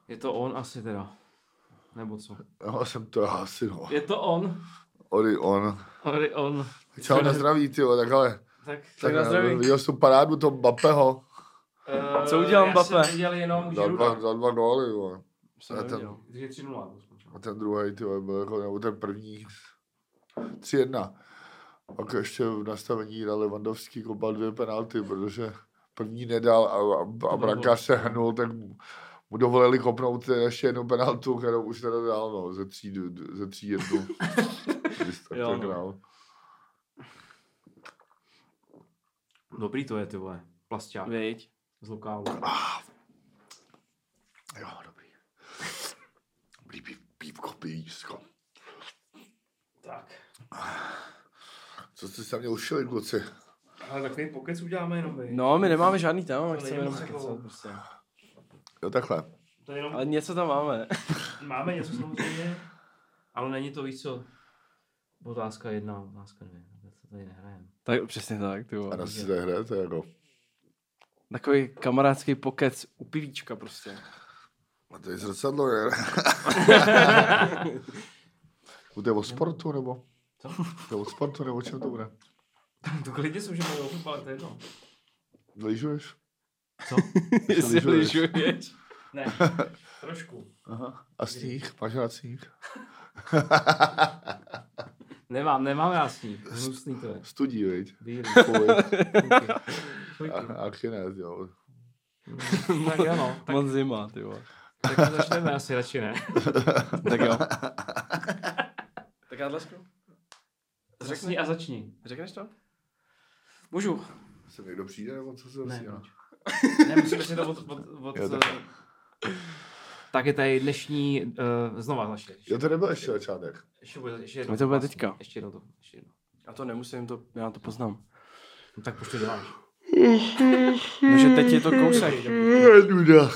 Je to on asi teda. Nebo co? Jo, jsem to asi, no. Je to on. On. Čau, na zdraví, tyjo, tak ale. Tak na zdraví. Viděl jsem parádu toho Mbappého. Co udělal Mbappé? Já jsem viděl jenom Za dva góly, jo. Jsem neviděl. Takže 3-0. A ten druhý, tyjo, byl jako, nebo ten první 3-1. Pak ještě v nastavení dal Lewandowski kopal 2 penalty, protože první nedal a brankář se hnul, tak mu dovolili kopnout ještě jednu penaltu, kterou už teda dal, no, ze 3-1. Jo, no. Dobrý to je, ty vole. Plasťák. Viď? Z lokálu. Jo, dobrý. Dobrý pívko, pivíčko. Tak. Co jste se mě ušili, kluci? Ale takový pokec uděláme jenom my. No, my nemáme žádný téma, my chceme není jenom moc kecat jako- prostě. Jo, takhle. To je jenom... Ale něco tam máme. Máme něco samozřejmě, ale není to víc co. Otázka 1, otázka 2. To tady nehrajeme. Tak přesně tak, ty A vole. na si té hře, to je jako... Takový kamarádský pokec u pivíčka prostě. A to je zrcadlo, ne? To je o sportu, nebo? Co? To je o sportu, nebo o čem to bude? To klidně jsou, že mají o fotbale, to je jedno. Lyžuješ? Co? Jestli lyžuješ. Ne, trošku. Aha. A sníh? Máš rád sníh? Nemám já sníh. Hnusný to je. Studí, viď? Bílý. Fuj. A kinez, jo. Tak jo, no. Tak, Moc zima, ty vole. tak začneme asi radši, ne? Tak jo. Tak já tlesku. Řekni a začni. Řekneš to? Můžu. Se někdo přijde, nebo co se Ne, zasíná? ne, musíme si to od Jo, tak je tady dnešní, znova začne. Jo, to nebyl ještě začátek. Ještě jednou. To bude teďka. Ještě jednou. Já to nemusím, já to poznám. No, tak proč to děláš? No, že teď je to kousek. Duda.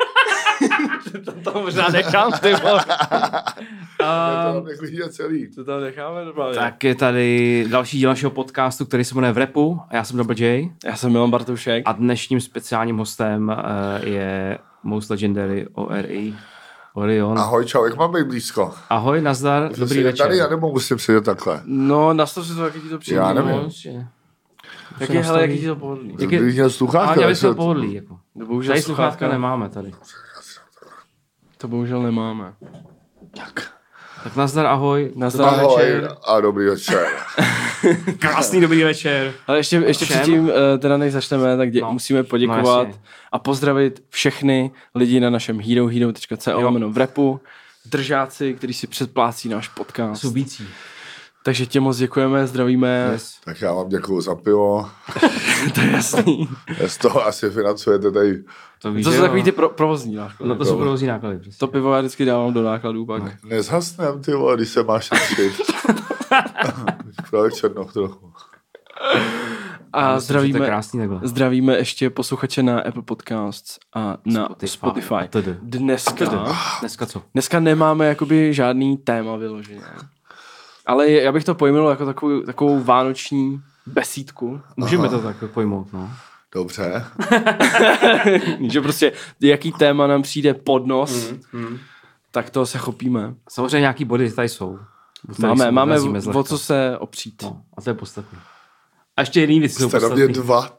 To možná nechám, ty vole. To tam neklidně celý. To tam necháme normálně. Tak je tady další díl našeho podcastu, který se jmenuje V Rapu. A já jsem Double J. Já jsem Milan Bartušek. A dnešním speciálním hostem je Most Legendary Orion. Ahoj, čau, jak mám být blízko? Ahoj, nazdar, Můžu dobrý sedět večer. tady, nebo musím sedět takhle? No, nastav si to, jaký ti to přijde. Já nevím. Jaký ti to pohodlí? Jak je- Bych měl sluchátka. Ale já tak bych se- měl pohodlí. Jako. No, bohužel Tady sluchátka nemáme tady. To bohužel nemáme. Tak nazdar, ahoj. Nazdar. Dobrý Ahoj večer. a dobrý večer. Krásný dobrý večer. Ale ještě Všem. předtím, teda než začneme, tak musíme poděkovat jasně. a pozdravit všechny lidi na našem herohero.co v Rapu, držáci, kteří si předplácí náš podcast. Subící. Takže tě moc děkujeme, zdravíme. Yes. Tak já vám děkuju za pivo. To je jasný. Z toho asi financujete tady. To víš, To že jsou jo? takový ty provozní náklady. No to jsou provozní náklady. Přesně. To pivo já vždycky dávám do nákladů pak. Nezhasnem, ty vole, když se máš šetřit. Právě černoch trochu. A Myslím, že to je zdravíme, krásný takhle. zdravíme ještě posluchače na Apple Podcasts a na Spotify. Tedy. Dneska co? Dneska nemáme jakoby žádný téma vyložené. Ale já bych to pojmenul jako takovou vánoční besídku. Můžeme to tak pojmout, no. Dobře. Že prostě jaký téma nám přijde pod nos, tak toho se chopíme. Samozřejmě nějaký body tady jsou. Máme o co se opřít. No, a to je podstatné. A ještě jiný věci jsou Jste na mě podstatný. 2.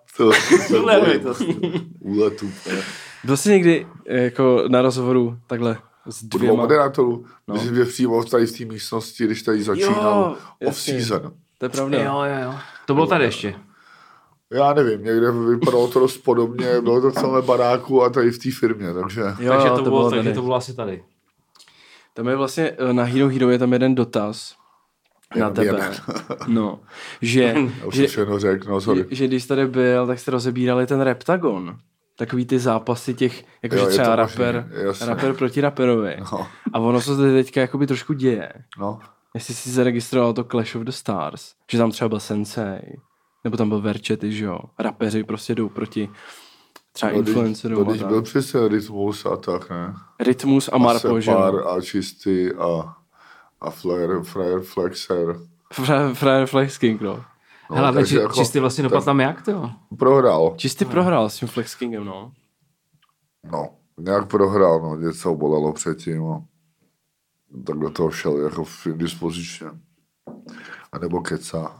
Úletu. Byl jsi někdy jako na rozhovoru takhle s Po 2 dvěma? moderátorů. Myslím, že přímo tady v té místnosti, když tady začínal off-season. To je pravda. Jo. To bylo tady ještě. Já nevím, někde vypadalo to dost podobně, bylo to v celé baráku a tady v té firmě, takže... Jo, Takže to bylo tady. to bylo asi tady. Tam je vlastně na Hero Hero je tam jeden dotaz na Jenom tebe. jeden. No, že, Já už jsem všechno řekl, no sorry. že když tady byl, tak jste rozebírali ten Reptagon. Takový ty zápasy těch, jakože Jo, je třeba to možný, jasně. rapper proti raperovi. No, A ono se tady teďka jakoby trošku děje. no. Jestli jsi zaregistroval to Clash of the Stars, že tam třeba byl Sensei, nebo tam byl Verčety, že jo. Rapeři prostě jdou proti třeba influencerům. Když byl přesně Rytmus a tak, ne? Rytmus a Marpo, že jo. Separ a Čistý a Flare Flexer. Frajer Flex King, no. No, Hele, takže ale jako čistý vlastně dopad tam jak, to jo? Prohrál. Čistý prohrál s tím Flex Kingem, no. No. nějak prohrál, no, něco bolelo předtím a tak do toho šel jako indispozičně. A nebo kecá.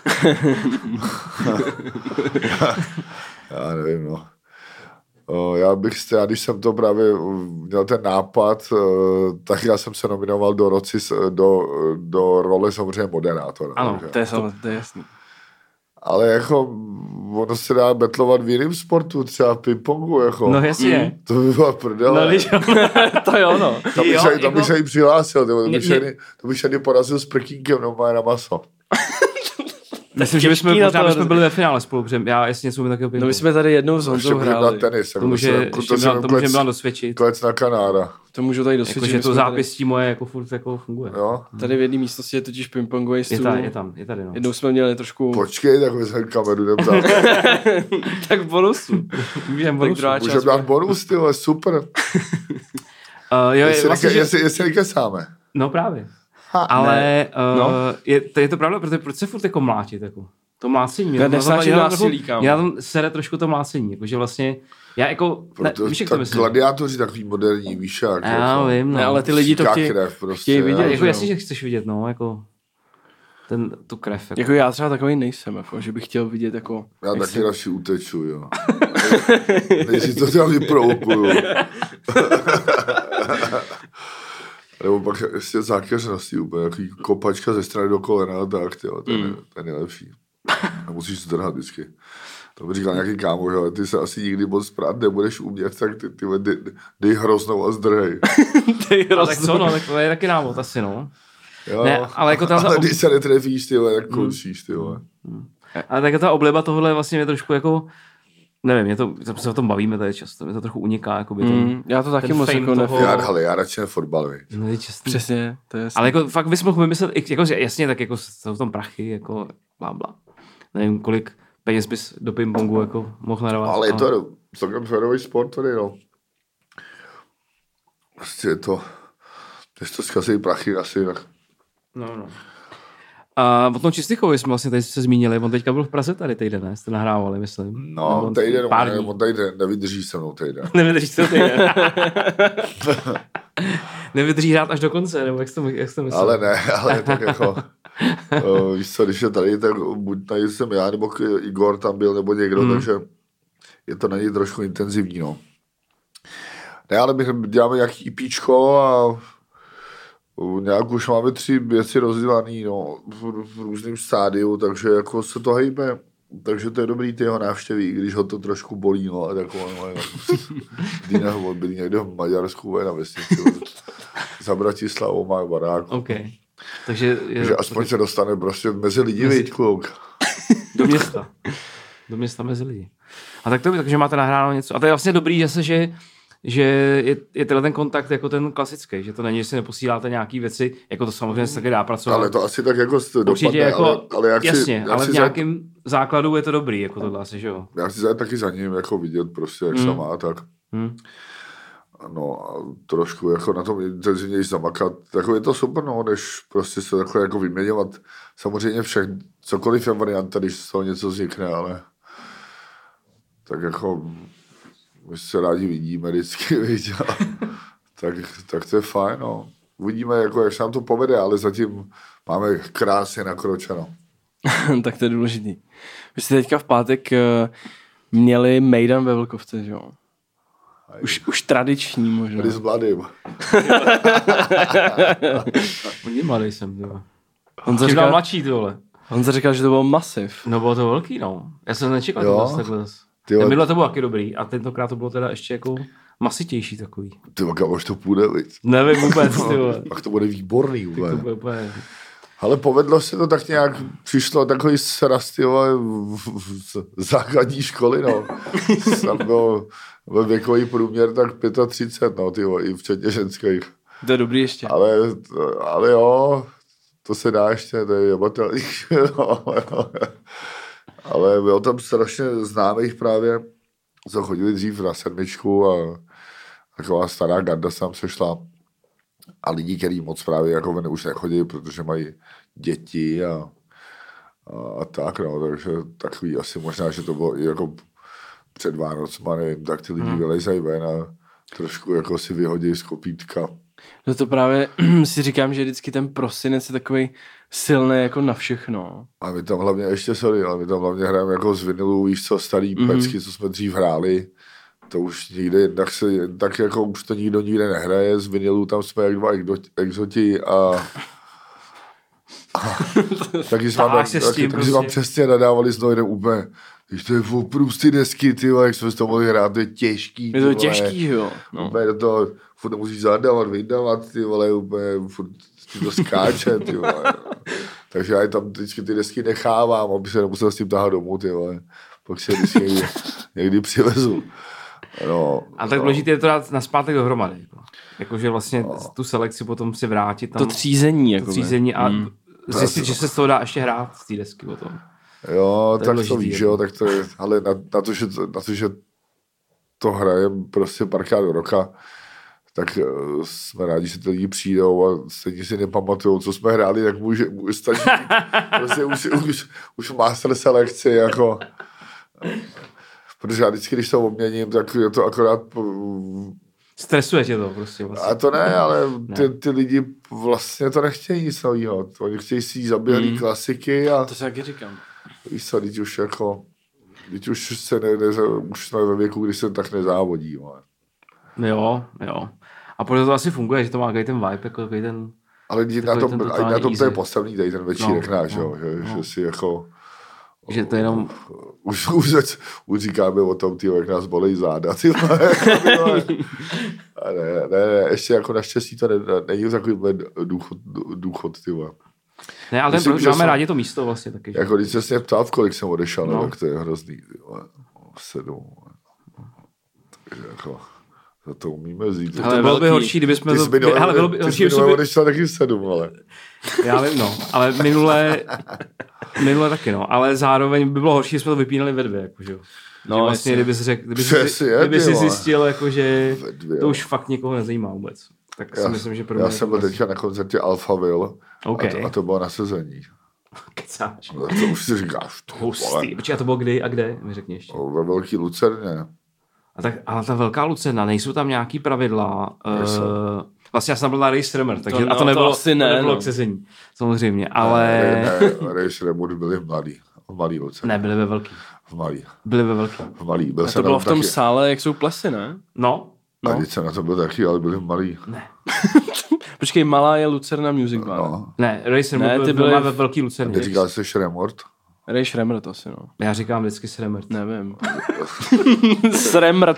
Já nevím, no. Já když jsem to právě měl ten nápad, tak já jsem se nominoval do role samozřejmě moderátora. Ano, to je jasný. Ale jako ono se dá betlovat v jiném sportu, třeba v ping-pongu, jako. No jasně. To by byla prdele. No, když... To jo, no. Tam bych se jí přihlásil, to bych šedý porazil s prkínkem na maso. Myslím, že bychom byli ve finále spolu, protože já jasně něco takového ping-pongu. No my jsme tady jednou s Honzou hráli. Tenis, to může Milan dosvědčit. Klec na Kanára. To můžu tady dosvědčit. Jakože to zápěstí moje jako furt jako funguje. Jo. Tady v jedné místnosti je totiž ping-pongový stůl. Je tady, no. Jednou jsme měli trošku... Počkej, tak vezmeme kameru, jdem tam. Tak bonusu. Můžeme dát bonus, ty vole, super. Jestli nekesáme. No právě. Ale je to pravda, protože proč se furt jako mlátit? Jako? To mlácení. Já tam sere trošku to mlácení. Jakože vlastně, já jako... Víš, jak to myslím? Gladiátoři takový moderní, víš jak. Já vím, no. Ne, ale ty lidi to chtějí vidět. Jako jasně, že chceš vidět, no, jako... tu krev. Jako já třeba takový nejsem, jako, že bych chtěl vidět jako... Já taky radši uteču, jo. Než to tam vyprovokuju. Nebo pak ještě zákeřností úplně, jaký kopačka ze strany do kolena, tak tyjo, ten je lepší. Nemusíš se drhat vždycky. To by říkal nějaký kámoš, ale ty se asi nikdy moc prát nebudeš umět, tak ty dej hroznou a zdrhej. Tak co, no, tak to je taky návod asi, no. Jo, ne, ale když se netrefíš, tyhle, tak končíš, tyhle. Ale tak ta obliba tohle vlastně mě trošku jako... Nevím, se o tom bavíme tady často, mě to trochu uniká, jakoby já to taky moc jako já radši fotbal, no je čestný. Přesně, to je jasný. Ale jako fakt bys mohl vymyslet, jako jasně, tak jako jsou tam prachy, jako bla. Nevím, kolik peněz bys do ping-pongu jako mohl nadávat. Ale je to celkem férový sport tady, no. Prostě je to, když to zkazí prachy asi, tak... No. A o tom Čistichovi jsme vlastně tady se zmínili, on teďka byl v Praze tady týden, ne? Jste nahrávali, myslím. No, on tady nevydrží se mnou týden. Nevydrží se týden. Nevydrží hrát až do konce, nebo jak jsi to myslel? Ale tak jako, víš co, když je tady, tak buď tady jsem já, nebo Igor tam byl, nebo někdo, takže je to na něj trošku intenzivní, no. Ne, ale my děláme nějaký IPčko a nějak už máme 3 věci rozdělaný, no, v různém stádiu, takže jako se to hejbe. Takže to je dobrý ty jeho návštěvy, když ho to trošku bolí, no, a takové, no, byli někde v Maďarsku, na vesnici, za Bratislavou má barák. Okay. Takže aspoň se dostane prostě mezi lidi, víc kluk. Do města mezi lidi. A tak to, takže máte nahráno něco. A to je vlastně dobrý zase, že je tenhle ten kontakt jako ten klasický, že to není, že si neposíláte nějaký věci, jako to samozřejmě se taky dá pracovat. Ale to asi tak jako dopadne, jako, ale jak jasně, si, ale v nějakém základu je to dobrý, jako tohle asi, že jo. Já chci zajít taky za ním, jako vidět prostě, jak se má, tak. No a trošku jako na tom intenzivněji zamakat, jako je to super, no, než prostě se takhle jako vyměňovat. Samozřejmě cokoliv je varianta, když z toho něco vznikne, ale tak jako my se rádi vidíme vždycky, víš, tak to je fajn, no. Uvidíme, jako, jak se nám to povede, ale zatím máme krásně nakročeno. Tak to je důležitý. Vy jste teďka v pátek měli mejdan ve Vlkovce, že jo? Už tradiční možná. Tady s mladým. Hodně mladý jsem, ty vole. On říkal mladší, ty vole. On říkal, že to byl masiv. No bylo to velký, no. Já jsem nečekal, že to takhle. Minule to bylo taky dobrý a tentokrát to bylo teda ještě jako masitější takový. Ty kam až to půjde, víc. Nevím vůbec, ty vole. Pak to bude výborný úplně. To bude úplně... Ale povedlo se to tak nějak, přišlo takový sraz, z základní školy, no. Tam byl věkový průměr tak 35, no, tyvo, i včetně ženských. To je dobrý ještě. Ale jo, to se dá ještě, to je jebatelný. Ale bylo tam strašně známých právě, co chodili dřív na 7 a taková stará garda tam se šla. A lidi, kteří moc právě jako už nechodí, protože mají děti a tak, no, takže takový asi možná, že to bylo i jako před Vánocma, nevím, tak ty lidi vylejzají ven a trošku jako si vyhodí z kopítka. No to právě si říkám, že vždycky ten prosinec je takový silný jako na všechno. A my tam hlavně, ale my tam hlavně hrajeme jako z vinilu, víš co, starý pecky, co jsme dřív hráli. To už nikde, tak jako už to nikdo nikde nehraje, z vinilu tam jsme jak dva exoti a taky jsme vám přesně nadávali s Noidem úplně, když to je opravdu ty desky, ty vole, jak jsme s toho mohli hrát, to je těžký. Je to těžký, jo. No. Úplně do toho, furt musíš zadávat, vydávat, ty vole, úplně, furt ti to skáče, ty vole. Takže já tam vždycky ty desky nechávám, aby se nemusel s tím tahat domů, ty vole. Pak se vždycky někdy přivezu. No, a tak důležité je to dát naspátek dohromady. Jakože vlastně tu selekci potom si vrátit tam. To třízení. To třízení a zjistit, že se z toho dá ještě hrát z té desky o tom. Jo, tak to víš, jo, tak to je, ale na to, že to hrajem prostě párkrát do roka, tak jsme rádi, že ty lidi přijdou a stejně si nepamatujou, co jsme hráli, tak může stačit. Prostě už master selekci, jako. Protože já vždycky, když to obměním, tak je to akorát... Stresuje tě to prostě. Vlastně. A to ne, ale ty lidi vlastně to nechtějí nic novýho. Oni chtějí si zaběhlý klasiky a... To se taky říkám. Víš co, teď už jako... Teď už se už jsme ve věku, kdy se tak nezávodí. Ale. Jo. A proto to asi funguje, že to má takový ten vibe, jako takový ten... Ale na tom to je postavný tady ten večírek náš, že si jako... Že to jenom... Už říkáme o tom, tyjo, jak nás bolej záda, tyjo. Ne, ještě jako naštěstí to není takový důchod, tyjo. Ne, ale ten máme rádi to místo vlastně taky. Jako když se mě ptal, v kolik jsem odešel, tak to je hrozný, tyjo. 7. Takže jako... Za to umíme vzít. Ale bylo by horší, kdybychom to... Ale bylo by horší, kdybychom odešel taky 7, ale... Já vím, no. Ale minule taky, no. Ale zároveň by bylo horší, kdybychom to vypínali ve 2, jakože. No, vlastně, kdyby si zjistil, jakože to už fakt nikoho nezajímá vůbec. Tak si myslím, že já jsem byl teďka na koncertě Alphaville a to bylo na sezení. Kecáš. No, to už si říkáš. Hustý. Počkej, a to bylo kdy a kde? Mi řekni ještě. Ve Velký Lucerně. Ale ta Velká Lucerna, nejsou tam nějaký pravidla. Vlastně já jsem byl na Ray Sremmer, takže a to nebylo k sezení, samozřejmě, ale... Ne, Ray Sremmer byli mladý Lucerně. Ne, byli ve Velký. Byli ve Velký. Byl to bylo v tom taky... sále, jak jsou plesy, ne? No. A teď jsem na to byl taky, ale byli malý. Ne. Počkej, malá je Lucerna Music Bar. No. Ne, Ray Sremmer byl ve Velký Lucerně. A ty říkal jsi Sremmert? Ray Sremmert asi, no. Já říkám vždycky Sremmert. Nevím. Sremmert.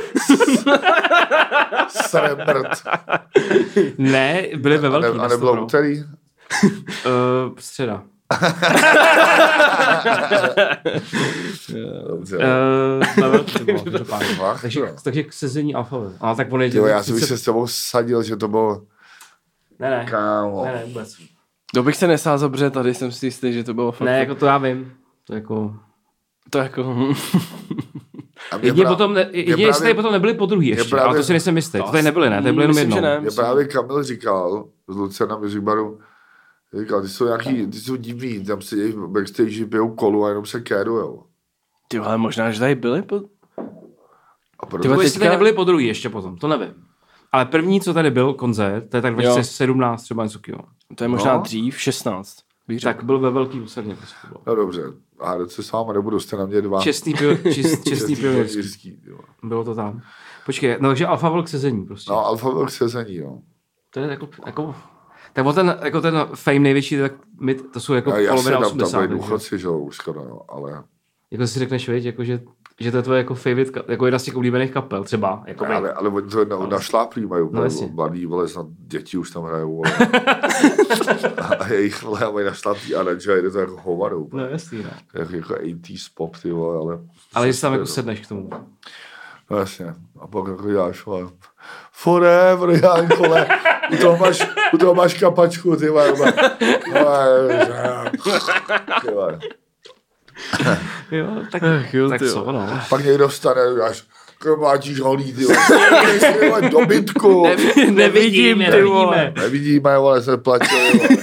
Sremmert. Ne, byli ve Velký. A nebylo úterý? Středa. Na Velký to bylo. Takže k sezení Alphaville. Ale tak on je... Já jsem se s tebou sadil, že to bylo... Ne, kámo. Ne, vůbec. To bych se nesázal, protože tady jsem si jistý, že to bylo fakt... Ne, jako to já vím. To jako... Jedině jestli tady potom nebyli po druhý ještě, právě, ale to si nejsem jistý. To tady nebyli, ne? Tady byli jenom jednou. Mě právě Kamil říkal z Lucerna Music Baru, říkal, ty jsou divný, tam se dějí backstage, pijou kolu a jenom se kérujou. Ty ale možná, že tady byli po... Jestli tady nebyli po druhý ještě potom, to nevím. Ale první, co tady byl koncert, to je tak 2017 třeba něco kýho. To je možná dřív, 16. Tak byl ve Velký Lucerně. No dobře, a se s váma nebudu, jste na mě 2. Čestný pionýrský. Bylo to tam. Počkej, no takže Alphaville k sezení prostě. No Alphaville k sezení, jo. To je jako tak ten fame největší, tak to jsou jako polovina 80. Tam byli důchodci, že jo, už skoro, no, ale... Jako si řekneš, viď, jako, že to je tvoje jako favorite, jako jedna z těch oblíbených kapel třeba. Jako ale oni to našláplí mají, mladí, vole, snad děti už tam hrajou, a jejich, vole, mají našláplí aranže a jde to jako hovado. No jasný, ne. Jako 80s pop, ty vole, ale... Ale jestli tam jako sedneš k tomu. No jasně, a pak jako děláš, vole, forever, Jan, vole, u toho máš kapačku, ty vole, Jo, tak co, no. Pak někdo vstane, až krmáčíš holí, ty vole, dobytku. Nevidíme, vole, se plače, vole.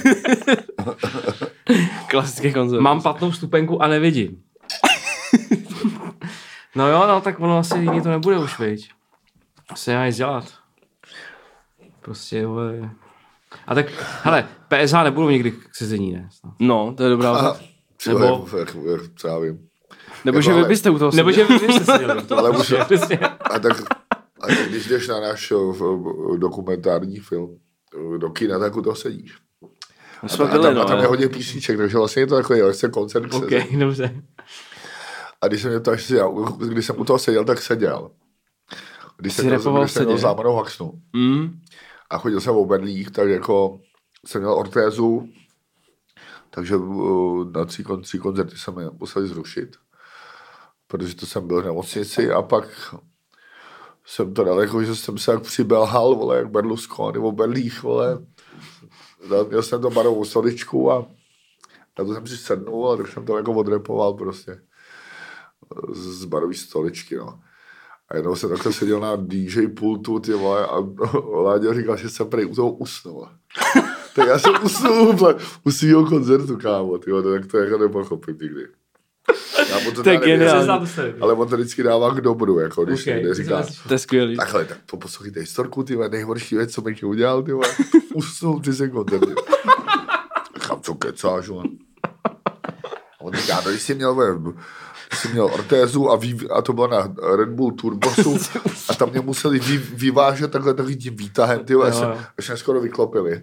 Klasický koncert. Mám 15 stupenku a nevidím. No jo, no tak ono asi jiný to nebude už, viď. Se dá nic dělat. Prostě, vole. A tak, hele, PSH nebudou někdy k sezení, ne? No, to je dobrá věc. Nebo... Já vím. Nebo že vy byste u toho Nebo že vy byste seděli. Ale a tak když jdeš na náš dokumentární film do kina, tak u toho sedíš. A tam je hodně písniček, takže vlastně je to takový koncert. Okay, dobře. A když jsem u toho seděl, tak seděl. Když jsem měl zámanou haxnu a chodil jsem o berlích, tak jako jsem měl ortézu, takže na tři koncerty jsem je museli zrušit, protože to jsem byl v nemocnici a pak jsem to dal, jako, že jsem se jak přibelhal, vole, jak Berlusconi o berlích, vole. Měl jsem to barovou stoličku a na to jsem si sednul a tak jsem to jako odrepoval prostě z barové stoličky, no. A jednou jsem takhle seděl na DJ pultu, ty vole, a Láďa říkal, že jsem prej u toho usnul. Tak já jsem usnul u svýho koncertu, kámo, ty vole, tak to jako nepochopím nikdy. To je geniální. Ale on to vždycky dává k dobru, jako když někde říká. To je skvělý. Takhle, tak poslouchejte historku, ty vole, nejhorší věc, co bych udělal, ty vole, usnul ty se koncerty. Chám, co kecáš, vole. A on říká, no, když jsi měl ortézu a to bylo na Red Bull Turbosu a tam mě museli vyvážet takhle tím výtahem, ty až mě skoro vyklopili.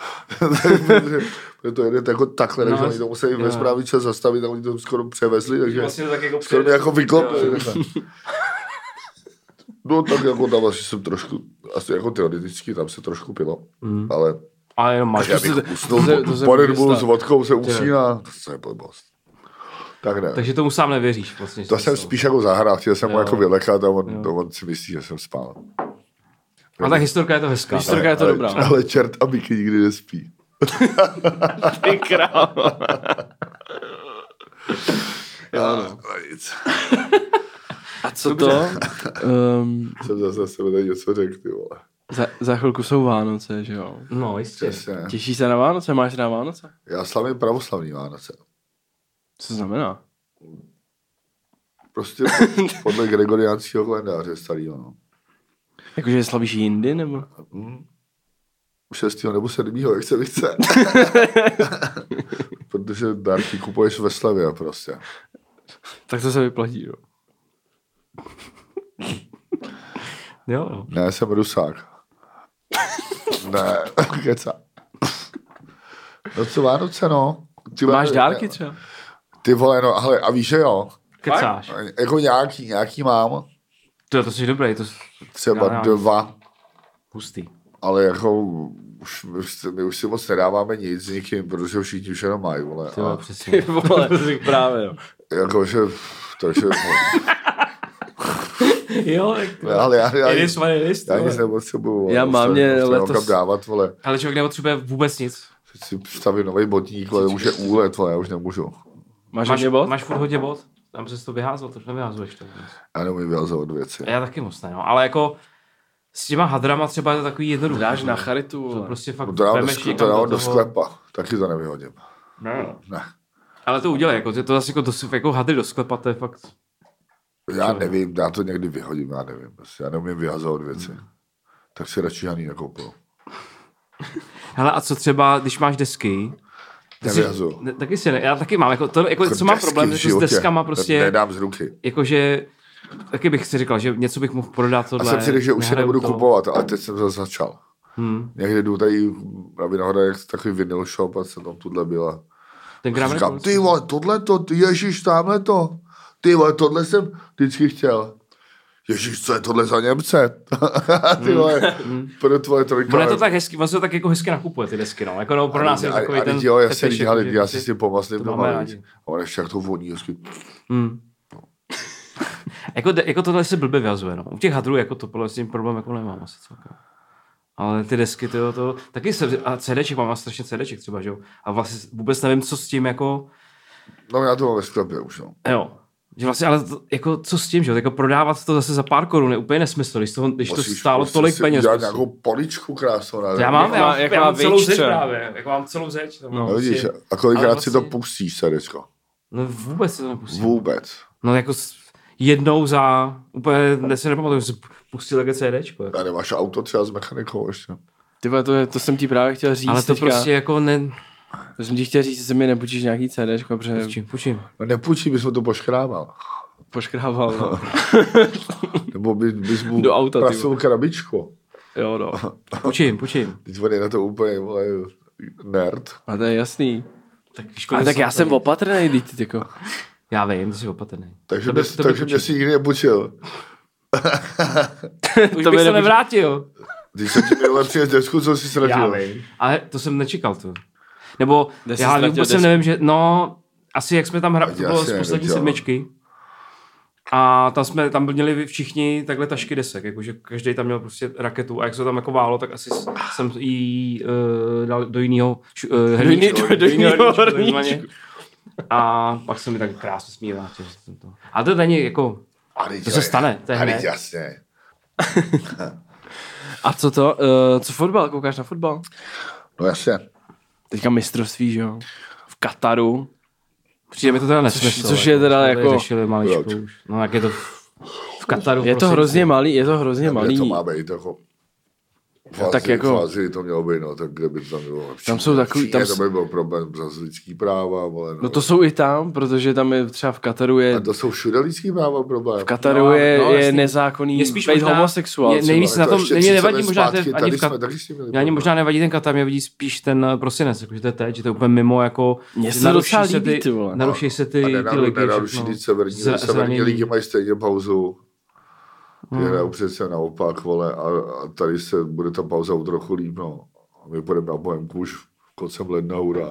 To jede jako takhle, takže oni to museli ve správný čas zastavit a oni to skoro převezli, takže vlastně tak jako skoro mě jako vyklopili. No tak jako tam asi jsem trošku, asi jako teoreticky tam se trošku pilo, ale jenom máš. Já bych usnul po Red Bullu s vodkou se usíná, to je blbost. Tak ne. Takže tomu sám nevěříš. Vlastně, to jsem spíš jako zahrál, chtěl jsem mu jako vylekat a on si myslí, že jsem spál. A tak historka je to hezká. Historka je to dobrá. Ale čert a Miky nikdy nespí. Ty král. A co to? Jsem zase sebe tady něco řekl, ty vole. Za chvilku jsou Vánoce, že jo? No, jistě. Těšíš se na Vánoce? Máš na Vánoce? Já slavím pravoslavní Vánoce. Co to znamená? Prostě podle gregoriánského kalendáře starýho, no. Jakože slavíš jindy, nebo? 6. nebo 7. jak se vychce. Protože dárky kupuješ ve slevě prostě. Tak to se vyplatí, jo. Jo. Ne, jsem Rusák. Ne, keca. No co Vánoce, no. Máš dárky třeba? Ty vole, no, ale a víš, že jo? Kecáš. Jako nějaký mám. To jsi dobrý. Třeba 2. Hustý. Ale jako my už si moc nedáváme nic s nikým, protože všichni už jenom mají, vole. Ty vole, přesně. Vole, právě, jo. Jakože, takže... Jo, ale já nic nepotřebuju. Já mám mě letos... dávat, vole. Ale člověk nepotřebuje vůbec nic. Si stavím nový botník, ale už je úlet, vole, já už nemůžu. Máš hodně bod? Máš furt hodně bod? Tam se to vyházel, to nevyházuješ to. Já neumím vyhazovat věci. Já taky moc ne, no. Ale jako s těma hadrama třeba je to takový jednoduchý. Dáš na charitu. To prostě fakt to dám do sklepa, taky to nevyhodím. Ne. Ale to udělej, jako, to zase jako hadry do sklepa, to je fakt... Já nevím, já to někdy vyhodím, já nevím. Já neumím vyhazovat věci. Tak si radši žádný nekoupil. Hele, a co třeba, když máš desky? Taky si ne, já taky mám, jako co mám problém s deskama prostě. Nedám z ruky. Jakože, taky bych si říkal, že něco bych mohl prodat tohle. A jsem si řekl, že už si nebudu kupovat, ale teď jsem to začal. Někdy jdu tady na Vinohradech takový vinyl shop a jsem tam tuhle byla. Říkám, ty vole, tohleto, ježiš, tamhleto. Ty vole, tohle jsem vždycky chtěl. Ježiš, co je tohle za Němce? Ty vole, pro tvoje trojka. Ono je to tak hezky, vlastně to tak jako hezky nakupuje ty desky, no. Jako no, pro nás je takový ten... Jo, já si s tím pomazlím doma, a on ještě jak to voní hezky. Jako tohle se blbě vyhazuje, no. U těch hadrů jako to s tím problém jako nemám asi celkem. Ale ty desky, to taky a CDček, mám strašně CDček třeba, že jo. A vlastně vůbec nevím, co s tím jako... No já to mám ve sklepě už, no. Jo. Že vlastně, ale to, jako co s tím, že jo? Jako prodávat to zase za pár korun je úplně nesmysl, když to stálo tolik peněz. Udělat nějakou poličku krásnou. Já mám celou zeď právě. Jako mám celou zeď. No vidíš, a kolikrát si to pustíš, CDčko? No vůbec si to nepustím. Vůbec. No jako jednou za, úplně se nepamatuju, pustil také CDčko. Jako. A nemáš auto třeba s mechanikou ještě. Tyba, to jsem ti právě chtěl říct. Ale to teďka, prostě jako ne... To jsem ti chtěl říct, že mi nepůjčíš nějaký CDčko, protože... Půjčím. No nepůjčí, bys mu to poškrával. No. Nebo bys mu do auta, prasil krabičku. Jo, no. Půjčím. Teď on je na to úplně, vole, nerd. A to je jasný. Tak já jsem opatrnej, teď jako. Já vím, ty jsi opatrný. Takže mě si nikdy nepůjčil. Už bych se nevrátil. Když jsem ti minule přijel desku, co jsi ztratil. Já vím. Ale to jsem nečekal to. Nebo já vůbec jsem nevím, že asi jak jsme tam hrali, to bylo z poslední sedmičky. A tam měli všichni takhle tašky desek, jakože každý tam měl prostě raketu a jak se to tam jako válo, tak asi jsem jí dal do jiného herníčku. A pak se mi tak krásně smívá. Ale to není jako, to se stane, to je hned. Jasně. A co to? Co fotbal? Koukáš na fotbal? No jasně. Teďka mistrovství, že jo? V Kataru. Přijde mi to teda nesmysl. Což je teda jako... No jak je to v Kataru. Je to hrozně malý, To má být jako... Tak jako... V Ázii to mělo být, no, tak kde by to tam bylo lepší. Tam jsou takový... To by byl problém za lidský práva, vole. No to jsou i tam, protože tam je třeba v Kataru je... A to jsou všude lidský práva problém. V Kataru je nezákonný být homosexuál. Nejvíc na tom, mě nevadí možná ani možná nevadí ten Katar, mě vadí spíš ten prosinec, jakože to je teď, že to je úplně mimo, jako... Mně se docela líbí, ty vole. Naruší se ty ligy. Nenaruší severní ligy, mají stejně pauzu. Hrajou přece naopak, vole, a tady se bude ta pauza o trochu líp, no. A my půjdeme na Bohemku už koncem ledna, hurá.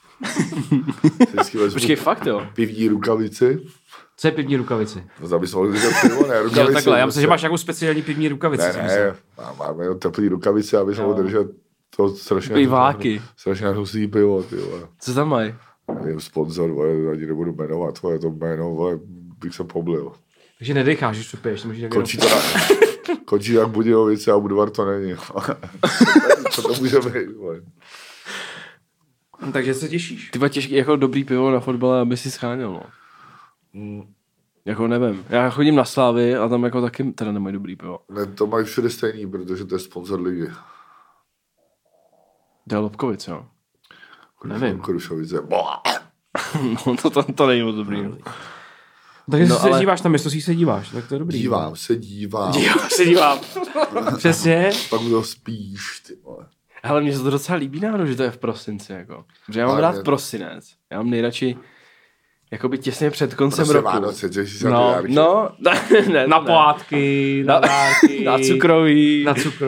Počkej, fakt jo? Pivní rukavici. Co je pivní rukavici? No tam bys mohl říkat pivo, ne, rukavici. Jo, takhle, já myslím, že máš nějakou speciální pivní rukavici. Ne, máme jenom teplý rukavice, aby jsme mohli držet to strašně hnusný pivo, ty vole. Co tam mají? Nevím, sponzor, vole, ani nebudu jmenovat, vole, to jméno, vole, bych se poblil. Takže nedecháš, když to piješ. Končí jak Budějovice a Budvar to není. Co to může být? Takže se těšíš. Ty těžký, jako dobrý pivo na fotbale, aby si scháněl, no. Jako nevím. Já chodím na Slávy a tam jako taky teda nemají dobrý pivo. Ne, to mají všude stejný, protože to je sponzor ligy. To je Lobkovic, jo? Nevím. Krušovice. No to není moc dobrý. Takže se díváš na mistrovství, se díváš, tak to je dobrý. Dívám se. Přesně. Pak to spíš, ty vole. Hele, mně se to docela líbí náhodou, že to je v prosinci, jako. Protože já mám rád prosinec. Já mám nejradši jakoby těsně před koncem roku. Vánoce, na pohádky, na dárky. Na cukroví.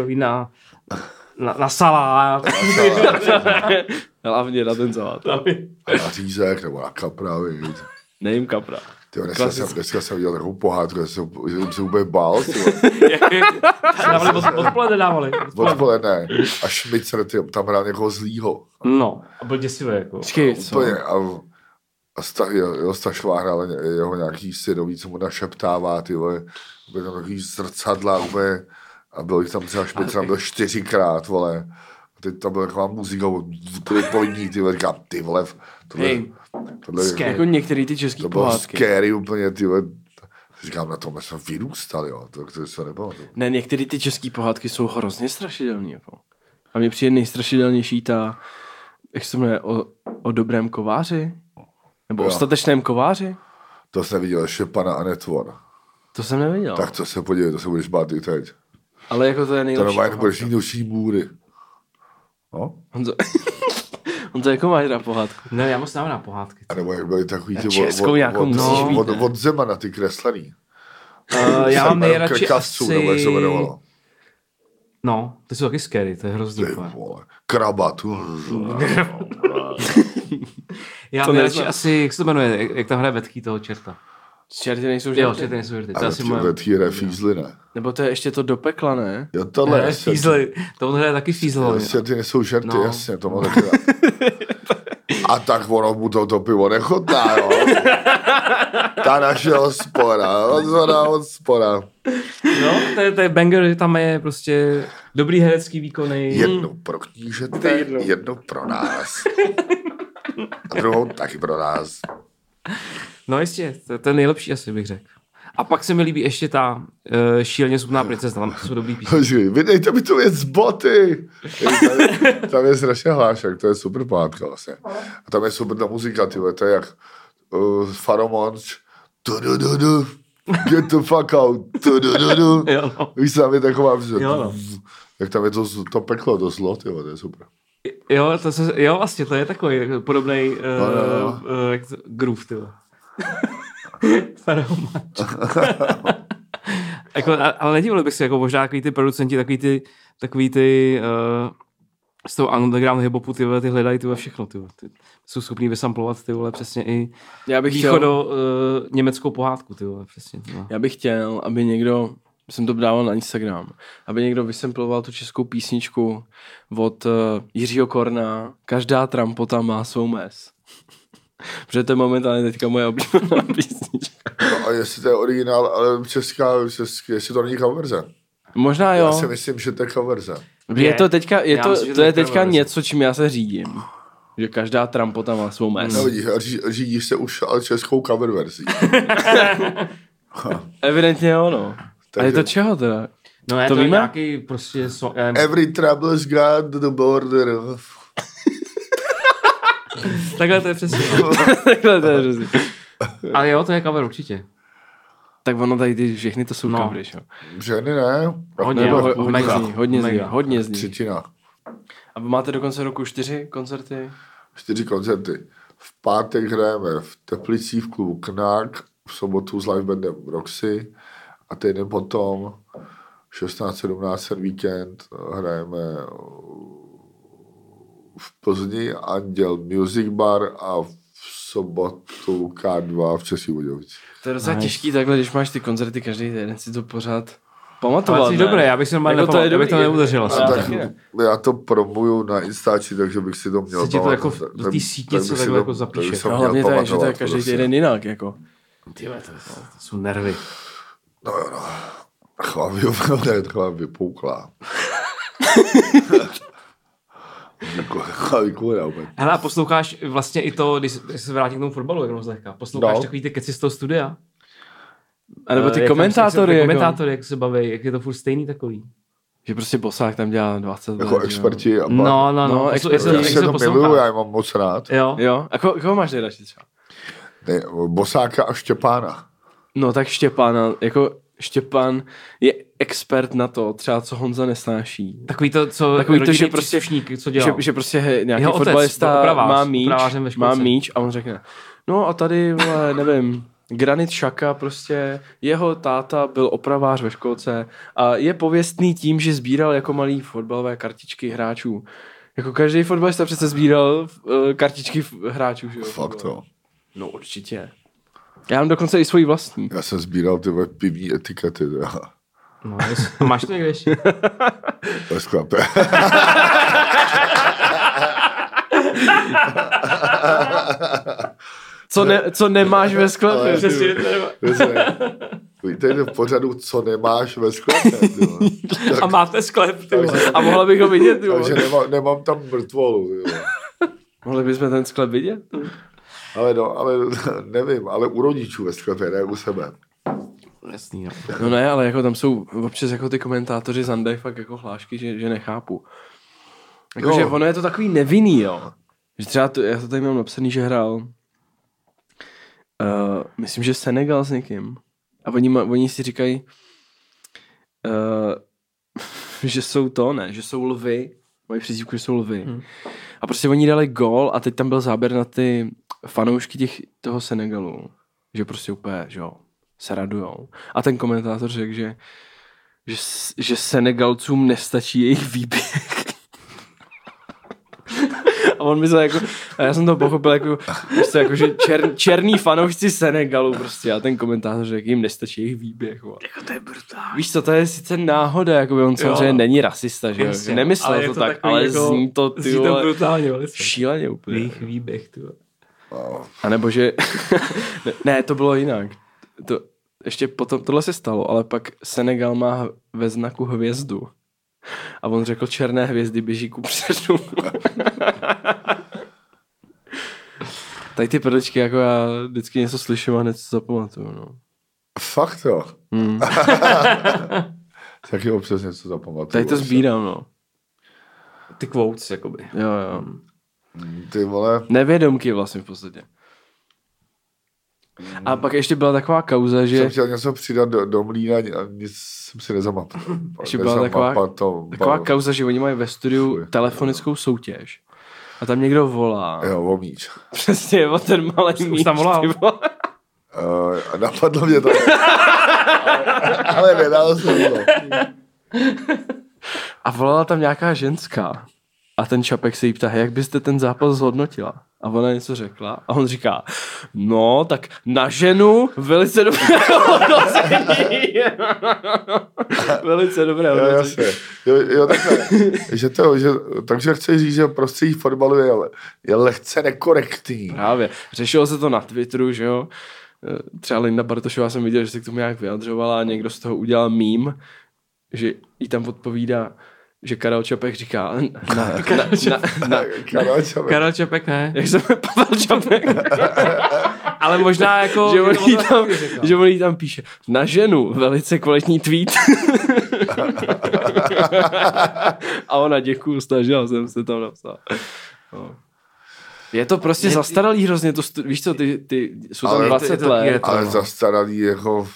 Na salát. Hlavně na ten salát. A na řízek, nebo na kapra, víc. Nejím kapra. Dneska jsem viděl takovou pohádku, že jsem se úplně bál. Dávali. Odpoledne. A Šmicer tam hrál někoho zlýho. No, a byl děsivý, jako. Úplně. A Stašová hrál jeho nějaký synový, co mu našeptává, ty vole. Byly tam takový zrcadla, úplně. A byl jich tam třeba Šmicer, tam byl 4krát, vole. A teď tam byla taková muzika, pojďní, ty vole, říkám, ty vole, tohle jako některý ty český pohádky. To bylo scary úplně, ty vole. Říkám, na tom jsem vyrůstal, jo, to se nebylo. Ne, některé ty český pohádky jsou hrozně strašidelný, jako. A mně přijde nejstrašidelnější ta, jak se jmenuje, o dobrém kováři? Nebo o statečném kováři? To jsem viděl ještě pana Anetvor. To jsem neviděl. Tak to se podívej, to se budeš bát i teď. Ale jako to je nejlepší. To normálně budeš mít noční můry. No? On to jako máš na pohádku. Ne, já moc nemám na pohádky. A nebo jak byly takový ty od Zemana, ty kreslený. Já mám nejradši asi... Nebo jak se jmenovalo. No, ty jsou taky scary, to je hrozný. Krabat. Já mám nejradši asi, jak se to jmenuje, jak tam hraje Vetchý toho čerta. Čerty nejsou žerty. Jo, čerty nejsou žerty. Ale Vetchý hraje Fízly, ne? Nebo to je ještě to do pekla, ne? Jo, tohle je Fízly. To on hraje taky Fízl. Čerty nejsou žerty, jasně, to má taky. A tak ono mu to pivo nechutná, jo. Ta naše hospoda, hospoda. No, to je banger, že tam je prostě dobrý herecký výkony. Jedno pro knížete, jedno pro nás. A druhou taky pro nás. No jistě, to je nejlepší asi, bych řekl. A pak se mi líbí ještě ta šíleně smutná princezna, tam jsou dobrý písničky. Vydejte mi tu věc z boty. Tam je strašně hlášek, to je super pohádka vlastně. A tam je super ta muzika, tyhle, to je jak Pharomones. Get the fuck out. Víš, tam je taková, jak tam je to peklo, to zlo, tyhle, to je super. Jo, vlastně, to je takový podobný groove, tyhle. Jako, ale nedivil bych si, jako možná takový ty producenti, takový ty z toho underground hip-hopu, ty hledají všechno, ty jsou schopní vysamplovat ty vole přesně i německou pohádku, ty vole, přesně. Tyhle. Já bych chtěl, aby někdo, jsem to dával na Instagram, aby někdo vysamploval tu českou písničku od Jiřího Korna, Každá trampota má svou mes. Protože to je momentálně teďka moje oblíbená písnička. No a jestli to je originál, ale česká, jestli to není cover verze. Možná jo. Já si myslím, že to je cover verze. Je to teďka, to je teďka něco, čím já se řídím. Že každá trampota má svou mes. No vidíš, řídíš se už ale českou cover verzí. Evidentně jo, no. Takže... A je to čeho teda? No je to nějaký prostě... Every trouble's got the border. Takhle to je přesně. Ale jo, to je cover určitě. Tak ono tady ty všechny to jsou covery, jo? Ženy ne. Hodně z nich. Třetina. A máte do konce roku 4 koncerty? 4 koncerty. V pátek hrajeme v Teplicích v klubu Knák, v sobotu s live bandem Roxy a týden potom 16-17 víkend hrajeme v Plzni Anděl Music Bar a v sobotu K2 v Českých Budějovicích. To je docela těžký takhle, když máš ty koncerty každý den, si to pořád pamatovat. Ale jsi dobré, já bych si normálně jako já bych to neudržel. Já to promuju na Instači, takže bych si to měl pamatovat. Jako do té sítě se takhle jako zapíše. No hlavně to je, že to je každý týden jinak. Jako. Tyhle, to jsou nervy. No. Chlap vypouklá. Hele, a posloucháš vlastně i to, když se vrátím k tomu fotbalu, jak zlehka, posloucháš takový ty keci z toho studia? A nebo ty komentátory. Komentátory, jak se baví, jak je to furt stejný takový. Že prostě Bosák tam dělá 20 jako experti. A no, experti se to miluju, já mám moc rád. Jo. A koho máš nejradši třeba? Bosáka a Štěpána. No tak Štěpána, jako Štěpán je expert na to, třeba co Honza nesnáší. Takový to, že prostě co dělal. Že prostě nějaký fotbalista má míč a on řekne, no a tady, vole, nevím, Granit Xhaka prostě, jeho táta byl opravář ve školce a je pověstný tím, že sbíral jako malý fotbalové kartičky hráčů. Jako každý fotbalista přece sbíral kartičky hráčů, že jo? Fakt to. No určitě. Já mám dokonce i svůj vlastní. Já jsem sbíral ty pivní etikety. No, máš to někde ještě? Ve sklepě. Co nemáš ve sklepě? Vítejte v pořadu, co nemáš ve sklepě. A máte sklep. A mohla bych ho vidět. Takže nemám tam mrtvolu. Mohli bychom ten sklep vidět? Ale nevím, ale u rodičů ve sklepě, ne u sebe. Jasný, jo. No ne, ale jako tam jsou občas jako ty komentátoři zandají fakt jako hlášky, že nechápu. Jakože ono je to takový nevinný, jo. Že třeba já to tady mám napsaný, že hrál myslím, že Senegal s někým. A oni si říkají že jsou že jsou lvy. Mají přezdívku, že jsou lvy. A prostě oni dali gól a teď tam byl záběr na ty fanoušky toho Senegalu. Že prostě úplně, že jo, se radujou. A ten komentátor řekl, že Senegalcům nestačí jejich výběh. A on myslel jako, a já jsem to pochopil jako že černý fanoušci Senegalu prostě. A ten komentátor řekl, jim nestačí jejich výběh. Jako to je brutální. Víš co, to je sice náhoda, jako on samozřejmě není rasista, že jo. Nemyslel to tak, ale jako, zní to, ty vole, brutálně, šíleně úplně. Jejich výběh, ty vole. A nebo že, ne, to bylo jinak. To, ještě potom, tohle se stalo, ale pak Senegal má ve znaku hvězdu. A on řekl, černé hvězdy běží kupředu. Tady ty prdečky, jako já vždycky něco slyším a hned se zapamatuju, no. Fakt jo. Taky občas něco zapamatuju. Tady to sbírám, no. Ty quotes, jakoby. Jo. Ty vole. Nevědomky vlastně v podstatě. A pak ještě byla taková kauza, že... Jsem chtěl něco přidat do mlýna a nic jsem si nezamapal. Ještě byla taková kauza, že oni mají ve studiu telefonickou soutěž. A tam někdo volá. Jo, o míč. Přesně, o ten malý míč. Už tam volal. Napadlo mě to. ale nedalo se to. A volala tam nějaká ženská. A ten Čapek se jí ptá, jak byste ten zápas zhodnotila? A ona něco řekla a on říká, no, tak na ženu velice dobré hodnocení. Velice dobré hodnocení. Jo, takhle. Takže chci říct, že prostředí fotbalu je lehce nekorektní. Právě. Řešilo se to na Twitteru, že jo. Třeba Linda Bartošová jsem viděl, že se k tomu nějak vyjadřovala a někdo z toho udělal meme, že jí tam odpovídá, že Karel Čapek říká... Karel Čapek, ne? Jak se jmenuje Pavel Čapek? Ale možná jako... že on jí tam píše, na ženu velice kvalitní tweet. A ona, děkuju, snažila jsem se tam napsat. No. Je to prostě zastaralý hrozně, to víš co, ty jsou tam 20 let. Ale zastaralý jako...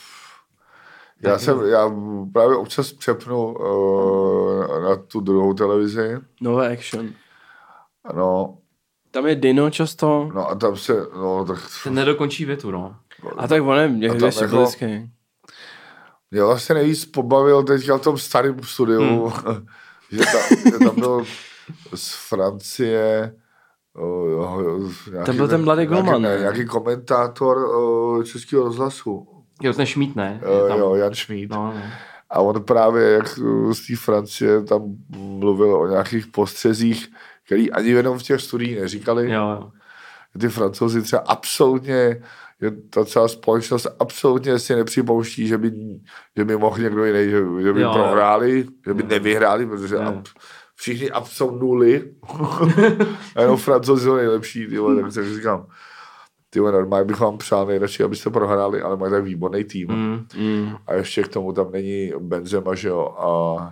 Já právě občas přepnu na tu druhou televizi. Nové Action. No. Tam je Dino často. No a tam se, no tak... Se nedokončí větu, no. A tak on je někde symbolický. Mě vlastně nejvíc pobavil teďka v tom starém studiu, že tam byl z Francie... Tam byl ten mladý golman. Nějaký komentátor Českého rozhlasu. Jo, ten Šmíd, ne? Jo, Jan Šmíd. No. A on právě, jak z té Francie, tam mluvil o nějakých postřezích, který ani jenom v těch studiích neříkali. Jo. Ty Francouzi třeba absolutně, ta celá společnost absolutně si nepřipouští, že by mohl někdo jiný, že by prohráli, že by nevyhráli, protože všichni jsou nuly. A jenom Francouzi jsou nejlepší, tak říkám. Normálně bych vám přál nejradši, abyste prohráli, ale mají tak výborný tým. A ještě k tomu tam není Benzema, že jo, a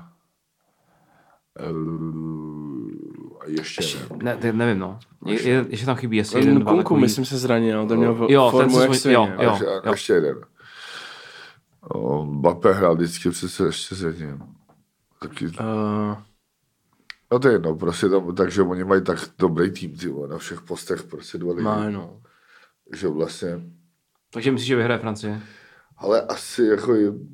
ještě nevím, no. Ještě tam chybí asi jeden, dva. Kunku, myslím, se zranil, ten měl formu jak svině. Ještě jeden. Mbappé hrál vždycky přece ještě zraněn. Taky... No to je jedno, prostě tam, takže oni mají tak dobrý tým, na všech postech prostě dva lidi. No. Takže vlastně... Takže myslíš, že vyhraje Francie? Ale asi jako...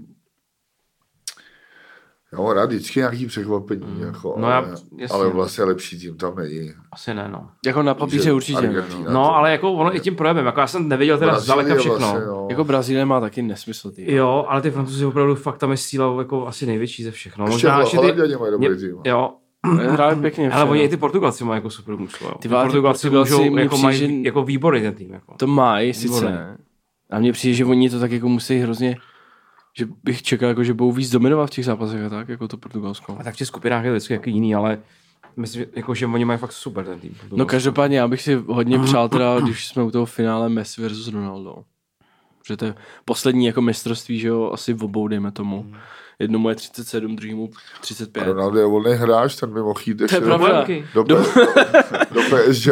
Já mám rád vždycky nějaký překvapení, jako, no ale vlastně lepší tým tam není. Asi ne, no. Jako na papíře určitě. No, ale jako ono i tím projevem, jako já jsem nevěděl teda zdaleka všechno. Vlastně, no. Jako Brazílie má taky nesmysl. Jo, ale ty Francouzi opravdu fakt tam je síla jako asi největší ze všech. No. Ještě Holanděni mají dobrý tým. Jo. Hráli pěkně. Ale oni i ty Portugalci mají jako super mužstvo. Ty Portugalci můžou, jako mají jako výborný ten tým. Jako. To mají sice. A mně přijde, že oni to tak jako musí hrozně, že bych čekal, jako, že budou víc dominovat v těch zápasech a tak, jako to Portugalsko. A tak v těch skupinách je vždycky jaký jiný, ale myslím, jako, že oni mají fakt super ten tým. No každopádně já bych si hodně přál teda, když jsme u toho finále Messi versus Ronaldo. Protože to je poslední jako mistrovství, že jo, asi v obou, dejme tomu. Jednomu je 37, druhému 35. Ronaldo je volný hráč, ten by mohl jít ještě do PSG.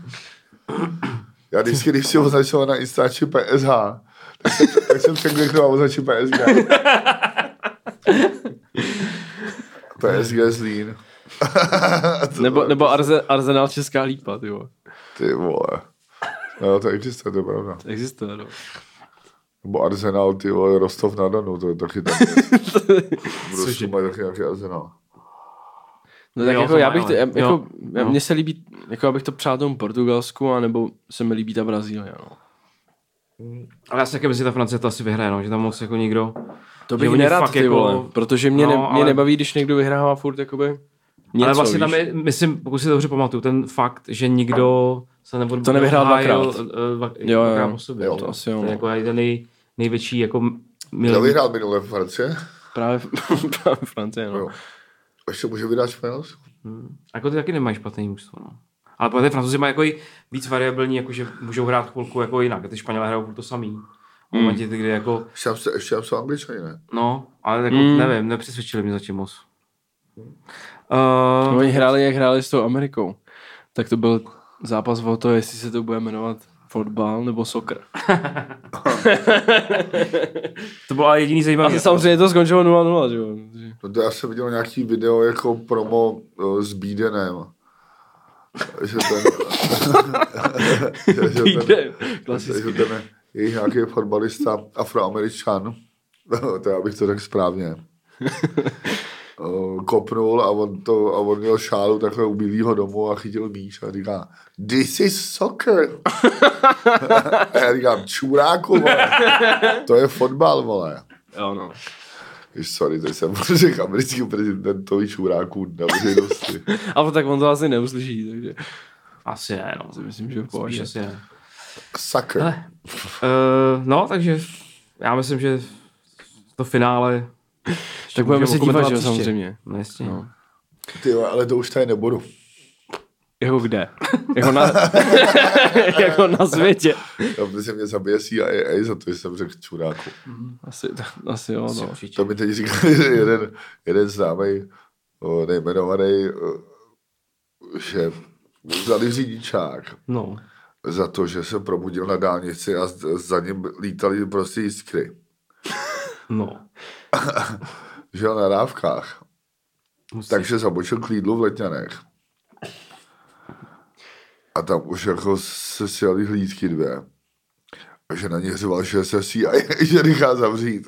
Já vždycky, když si označoval na Instači PSG, tak jsem překliknul a označil PSG. PSG Zlín. nebo Arsenal Česká Lípa, ty vole. Ty vole. No, to existuje, to je pravda. Existuje, no. Nebo Arsenal, ty vole, Rostov na Donu, to je taky tam. Prostě mají taky nějaký Arsenal. No tak jako já bych to, jako, mně se líbí, jako abych to přál tomu Portugalsku, anebo se mi líbí ta Brazílie, no. Ale já si taky myslím, že ta Francie to asi vyhraje, no, že tam moc jako nikdo... To bych nerad, ty vole, jako, protože mě nebaví, když někdo vyhrává furt, jakoby... Něco, ale vlastně tam je, myslím, pokud si to dobře pamatuju, ten fakt, že nikdo se nebude... To nevyhrál dvakrát. Dvakrát po sobě. Jo, to asi jo. To je jako jeden největší jako... Kdo vyhrál minulé v Francie? Právě Francie, no. Jo. Ještě může vyhrát Španělsko. Jako ty taky nemají špatný mužstvo, no. Ale protože ty Francouzi mají jako víc variabilní, jako že můžou hrát chvilku jako jinak. Ty Španělé hrajou to samý. V momentě, kdy jako... Ještě jsou Angličani, ne? No, ale jako nevím, nepřesvědčili mě zatím moc. Oni hráli s tou Amerikou. Tak to byl zápas o to, jestli se to bude jmenovat fotbal nebo soccer. To bylo jediný zajímavý. A samozřejmě to skončilo 0-0, že jo? No to já jsem viděl nějaký video jako promo s Bídenem. Že ten je nějaký fotbalista Afroameričan, to já bych to řekl správně, kopnul a on měl šálu takhle u Bílýho domu a chytil míč a říká, this is soccer. A já říkám, čuráku, vole, to je fotbal, vole. Jo, no. Sorry, to jsem řekl americký prezidentovi čuráků na veřejnosti. Ale tak on to asi neuslyší, takže... Asi ne, no. Myslím, že v pohodě. Asi ne. Soccer. No, takže já myslím, že to finále... Tak budeme si dívat, že samozřejmě. No, jasně. No. Ty, ale to už tady nebudu. Jako kde? Jako na světě. To se mě zabije CIA za to, že jsem řekl čuráku. Asi jo, no. To mi teď říkal jeden známý, nejmenovaný, že vzali řidičák. No. Za to, že se probudil na dálnici a za ním lítali prostě jiskry. No. Žil na dávkách. Takže zabočil k Lidlu v Letňanech. A tam už jako se sjeli hlídky 2. A že na ně řval, že se CIA, že nechá zavřít.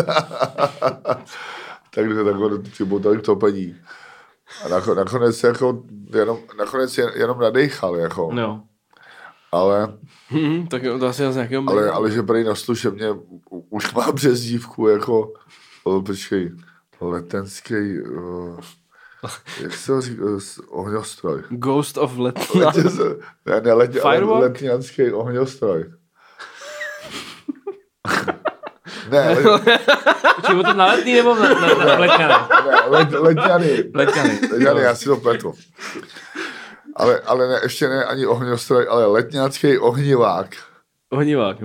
Takže takhle přibotali k topení. A nakonec jako jenom nadechal, jako. No. Ale... tak to asi z nějakého... Ale že prý na služebně už má přezdívku jako... Počkej, letenský... jak se ho říká? Ohňostroj. Ghost of Letňan. Letňanský ohňostroj. Ne, Počkej, to na Letný nebo na Letňany? Letňany, já si to pletu. Ale ne, ještě ne ani ohňostroj, ale letňanský ohnivák. Ohnivák.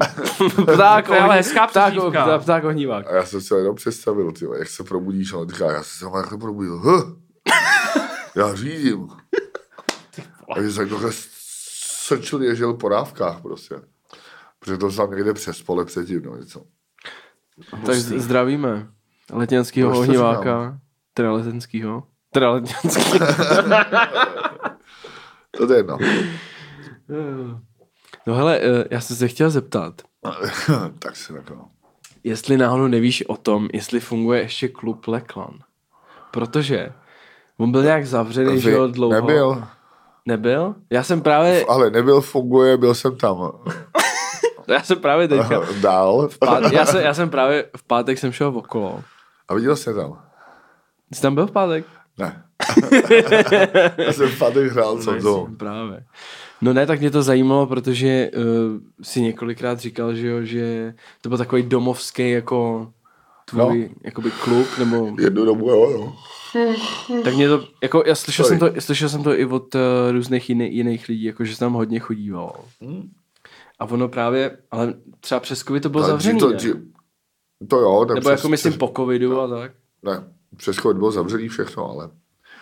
Pták ohnivák. A já jsem si jenom představil, tyjo, jak se probudíš, ale říká, já jsem se takhle probudil. Já řídím. Takže jsem takhle srčil ježel po dávkách prostě. Protože to jsem někde přes pole předtím, no něco. Tak zdravíme letňanskýho ohniváka. Teda letňanskýho. To je jedno. No hele, já jsem se chtěl zeptat. Tak si takhle. Jestli náhodou nevíš o tom, jestli funguje ještě klub Leklan. Protože on byl nějak zavřený, že jo, dlouho. Nebyl? Já jsem právě... Ale nebyl, funguje, byl jsem tam. Já jsem právě teďka... Dál. Já jsem právě v pátek jsem šel okolo. A viděl jsi tam? Jsi tam byl v pátek? Ne. Já jsem v pátek hrál, co to. Právě. No ne, tak mě to zajímalo, protože si několikrát říkal, že jo, že to byl takový domovský jako tvůj jakoby klub, nebo... Jednu dobu, jo. Tak mě to, jako já slyšel jsem to i od různých jiných lidí, jako že se tam hodně chodívalo. A ono právě, ale třeba přes covid to bylo zavřený, to jo. Tak nebo jako myslím po covidu a tak. Ne, přes covid bylo zavřený všechno, ale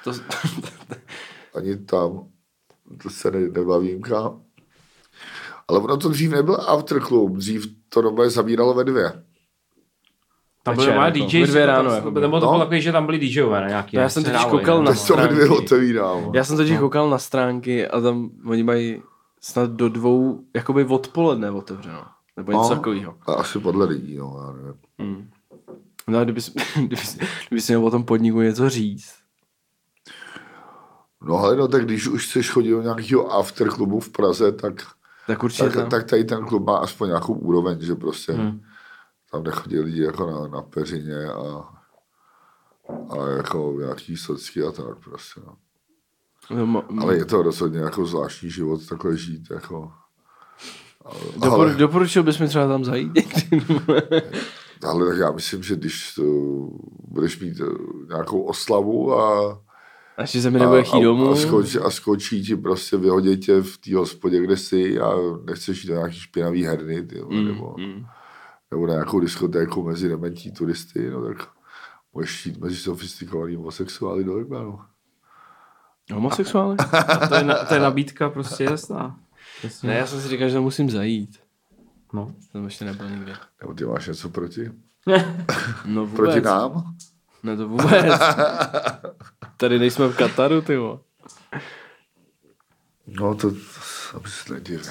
ani tam to se nebavím. Ale ono to dřív nebyl afterclub, dřív to normálně zabíralo ve 2. Tam byly má DJs, nebo to bylo takový, že tam byli DJové na nějaký. Já jsem totiž koukal na stránky. Já jsem totiž koukal na stránky a tam oni mají snad do 2 jakoby odpoledne otevřeno. Nebo něco takového. Asi podle lidí, no, já nevím. No a kdybys měl o tom podniku něco říct. No ale no, tak když už chceš chodit do nějakého afterklubu v Praze, tak určitě tak tady ten klub má aspoň nějakou úroveň, že prostě tam nechodí lidi jako na peřině a jako nějaký socky a tak prostě, no. Ale je to rozhodně jako zvláštní život takhle žít, jako. Doporučil bys mi třeba tam zajít? Ale tak já myslím, že když budeš mít nějakou oslavu a ještě se mi nebude chtít domů. A skočí ti prostě, vyhodí tě v té hospodě, kde jsi a nechceš jít do nějaký špinavý herny, nebo nebo na nějakou diskotéku mezi dementí turisty, no tak můžeš jít mezi sofistikovaný homosexuály do Ekmanu. Homosexuály? To je nabídka prostě jasná. Ne, já jsem si říkal, že musím zajít. No. Tam ještě nebyl nikde. Nebo ty máš něco proti? No vůbec. Proti nám? No to vůbec. Tady nejsme v Kataru, ty vole. No to aby se nedivil.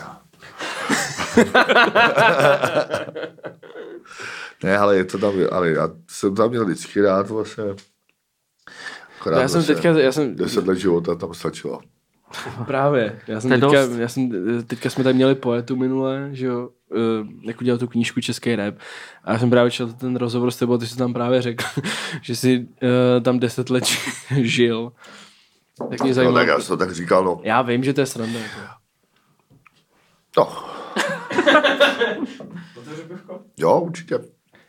Ne, ale je to tam, ale já jsem tam měl vždycky rád vlastně. Akorát já jsem vlastně 10 let života tam stačilo. Právě. Teďka jsme tady měli poetu minule, že jo, jak udělal tu knížku Český rap. A já jsem právě četl ten rozhovor s tebou, ty jsi tam právě řekl, že jsi tam 10 let žil. Tak mě zajímalo. No tak já jsem to tak říkal, no. Já vím, že to je sranda. Jako. No. Jo, určitě.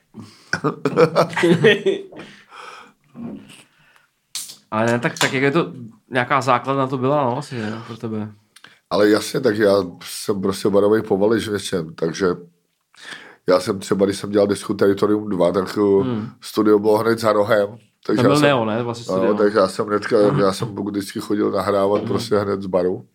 Ale ne, tak jak je to, nějaká základna to byla, no, asi, ne, pro tebe. Ale jasně, tak já jsem prostě barovej povalič většem, takže já jsem třeba, když jsem dělal desku Territorium 2, tak studio bylo hned za rohem. Takže to byl Neo, ne? Vlastně studio. No, tak já jsem vždycky chodil nahrávat prostě hned z baru.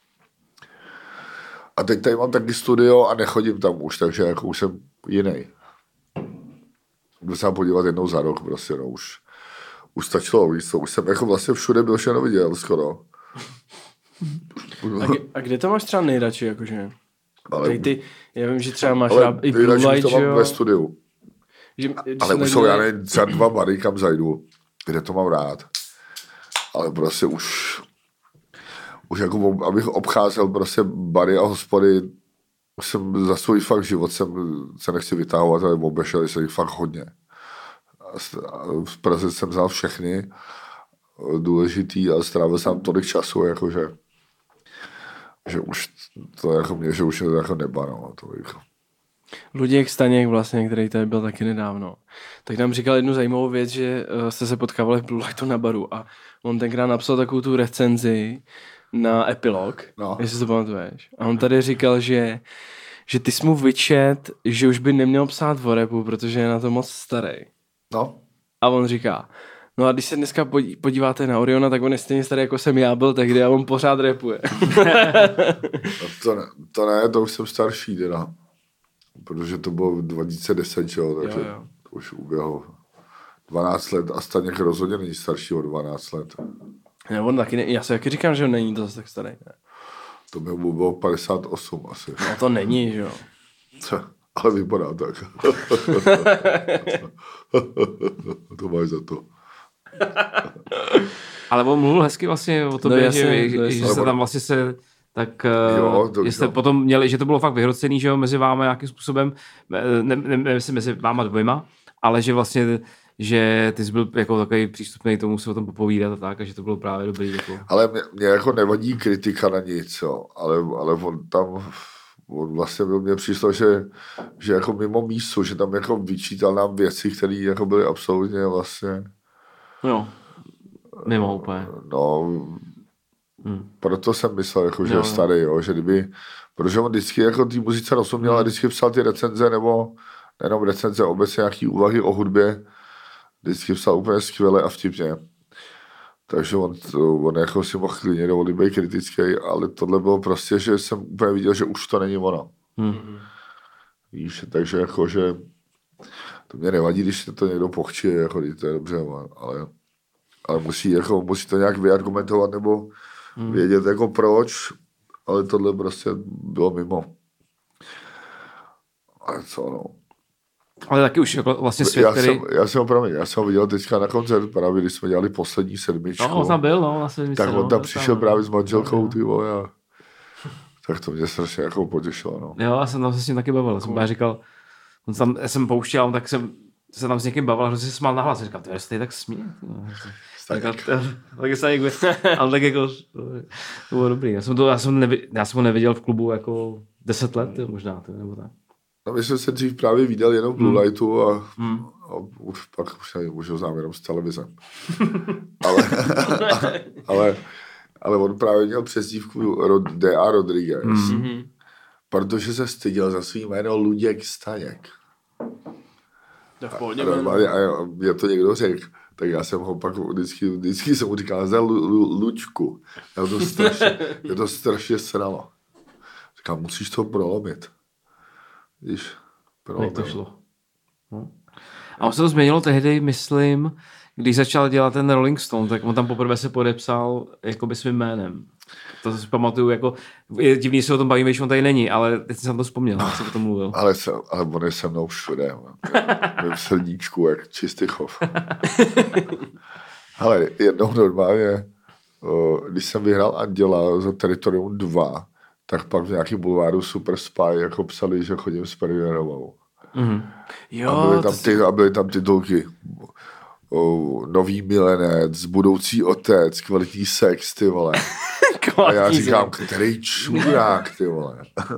A teď tady mám taky studio a nechodím tam už, takže jako už jsem jiný. Budu se podívat jednou za rok, prostě, no už stačilo, víc to. Už jsem jako vlastně všude byl všechno viděl skoro. A kde to máš třeba nejradši, jakože? Ale já vím, že třeba máš rád i Blue Light, to mám ve studiu. Ale už jsou, já nevím, třeba 2 bary, kam zajdu, kde to mám rád. Ale prostě už jako, abych obcházel prostě bary a hospody, jsem za svůj fakt život se nechci vytahovat, ale obešel jsem jich fakt hodně. V Praze jsem znal všechny důležitý a strávil jsem tolik času, jakože že už to jako mě, že už je to jako neba, no, to jako. Luděk Staněk vlastně, který tady byl taky nedávno, tak nám říkal jednu zajímavou věc, že jste se potkávali v Blue Lightu na baru a on tenkrát napsal takovou tu recenzi na Epilog, jestli to pamatuješ. A on tady říkal, že ty jsi mu vyčet, že už by neměl psát o rapu, protože je na to moc starý. No. A on říká, no a když se dneska podíváte na Oriona, tak on je stejně starý, jako jsem já byl tehdy a on pořád rapuje. To už jsem starší teda. Protože to bylo 2010, jo, takže jo. To už uběhlo 12 let a Staněk rozhodně není starší o 12 let. Ne, on taky ne, já si taky říkám, že on není to zase tak starý. Ne? To by bylo 58 asi. No to není, že jo. Ale vypadá tak. To máš za to. Ale on mluvil hezky vlastně o tobě, že se tam vlastně se tak jste potom měli, že to bylo fakt vyhrocený, že jo, mezi vámi nějakým způsobem, nevím, mezi váma dvěma, ale že vlastně, že ty jsi byl jako takový přístupný tomu se o tom popovídat a tak, a že to bylo právě dobrý. Jako. Ale mě jako nevadí kritika na nic, jo, ale on vlastně mně přišlo, že jako mimo místu, že tam jako vyčítal nám věci, které jako byly absolutně vlastně... Jo, mimo úplně. No, proto jsem myslel, jako, že je starý, jo, že kdyby... Protože on vždycky jako té muzice rozuměl a vždycky psal ty recenze, nebo nejenom recenze, obecně nějaký úvahy o hudbě, vždycky psal úplně skvěle a vtipně. Takže on jako si mohl klidně dovolit být kritický, ale tohle bylo prostě, že jsem úplně viděl, že už to není ono. Víš, takže jako, že to mě nevadí, když to někdo pochčí, jako, to je dobře, ale musí to nějak vyargumentovat nebo vědět jako proč, ale tohle prostě bylo mimo. Ale co, no. Ale taky už jako vlastně svět, který... Já jsem ho viděl teďka na koncert, právě když jsme dělali poslední sedmičku. No, on tam byl, no, na sedmičce. Tak on tam přišel právě s manželkou, ty vole, a tak to mě strašně jako potěšilo, no. Jo, já jsem tam se s ním taky bavil, jsem říkal, já jsem pouštěl, tak jsem se tam s někým bavil, že si smál nahlas, říkal, ty jsi tak smět. Tak se někde, ale tak jako, to bylo dobrý. Já jsem ho neviděl v klubu jako 10 let, možná, nebo tak. No, my jsme se dřív právě viděl jenom Blue Lightu a pak už ho znám jenom z televize. ale on právě měl přezdívku D.A. Rodriguez, protože se styděl za svý jméno Luděk Staněk. A je to někdo řekl, tak já jsem ho pak vždycky jsem mu říkal za Lučku. Je to strašně sralo. Říkám, musíš to prolomit. Víš, prolomit. Jak to šlo? No. A on se to změnilo tehdy, myslím, když začal dělat ten Rolling Stone, tak on tam poprvé se podepsal jakoby svým jménem. To si pamatuju, jako, je divný, že se o tom bavíme, když on tady není, ale teď jsem to vzpomněl, jak jsem o tom mluvil. Ale on je se mnou všude, v srdíčku, jak čistý chov. Ale jednou normálně, když jsem vyhrál Anděla za Teritorium 2, tak pak v nějakém bulváru Super Spy jako psali, že chodím s Perinerovou. Mm-hmm. A byly tam titulky. Nový milenec, budoucí otec, kvalitní sex, ty vole. A já říkám, který čurák, ty vole.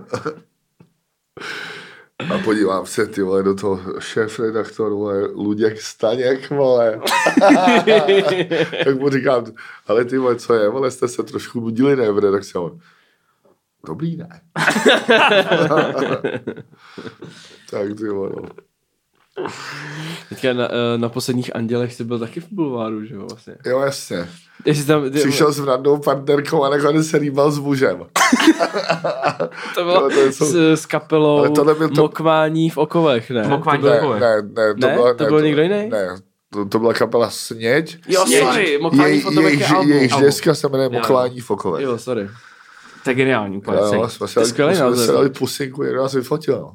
A podívám se, ty vole, do toho šéfredaktoru, vole, Luděk Staněk, vole. Tak mu říkám, ale ty vole, co je, vole, jste se trošku budili, ne, v redakci. Dobrý, ne. Tak, ty vole, no. Teďka na posledních Andělech jsi byl taky v bulváru, že jo, vlastně. Jo, jasně. Přišel s randou partnerkou a nakonec se rýbal s mužem. To bylo s kapelou Mokvání v okovech, ne? Mokvání v okovech. To byl někdo jiný? Ne, to byla kapela Sněď. Jo, sorry, Mokvání v okovech je album. Jejich deska se jmenuje Mokvání v okovech. Jo, sorry. To je geniální. Jsme se dali pusinku, někdo nás vyfotil.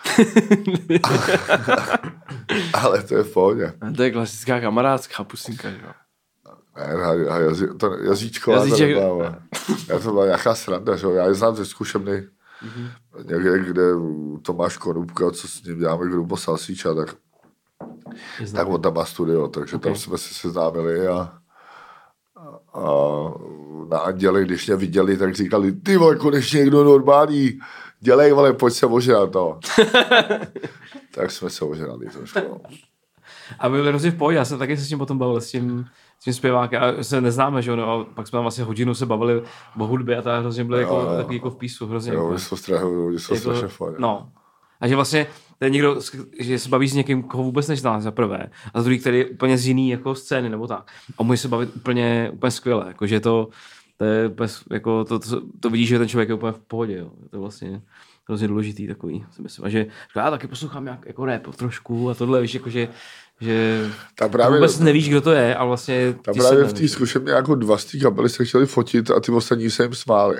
Ale to je v pohodě. To je klasická kamarádská pusinka, že jo? Jazyčková to nebyla. To byla nějaká sranda, že jo? Já je znám ze zkušebny. Někde, kde Tomáš Konupka, co s ním děláme Grubo Salsíča, tak on tam má studio, takže tam jsme se seznámili a na Anděli, když mě viděli, tak říkali, ty vole, konečně někdo normální, dělej, vole, pojď se ožrat, no. Tak jsme se ožrali trošku. A byli hrozně v pohodě, já jsem taky se s tím potom bavil, s tím zpěvákem, a se neznáme, že jo, no, a pak jsme tam vlastně hodinu se bavili o hudbě a ta hrozně byly jako, takový jako v písu, hrozně. Jo, my jsou strašně fajn. No. A že vlastně to je někdo, že se baví s někým, koho vůbec neznáš za prvé, a za druhý, který je úplně z jiný jako scény, nebo tak. A může se bavit úplně skvěle, jakože to je jako, to vidíš, že ten člověk je úplně v pohodě, jo. To je vlastně hrozně důležitý takový, si myslím. A že já taky poslouchám jako rap trošku a tohle, víš, jakože že vůbec nevíš, kdo to je, ale vlastně... Tam právě v té zkušebně jako 2 z té kapely se chtěli fotit a ty ostatní se jim smáli.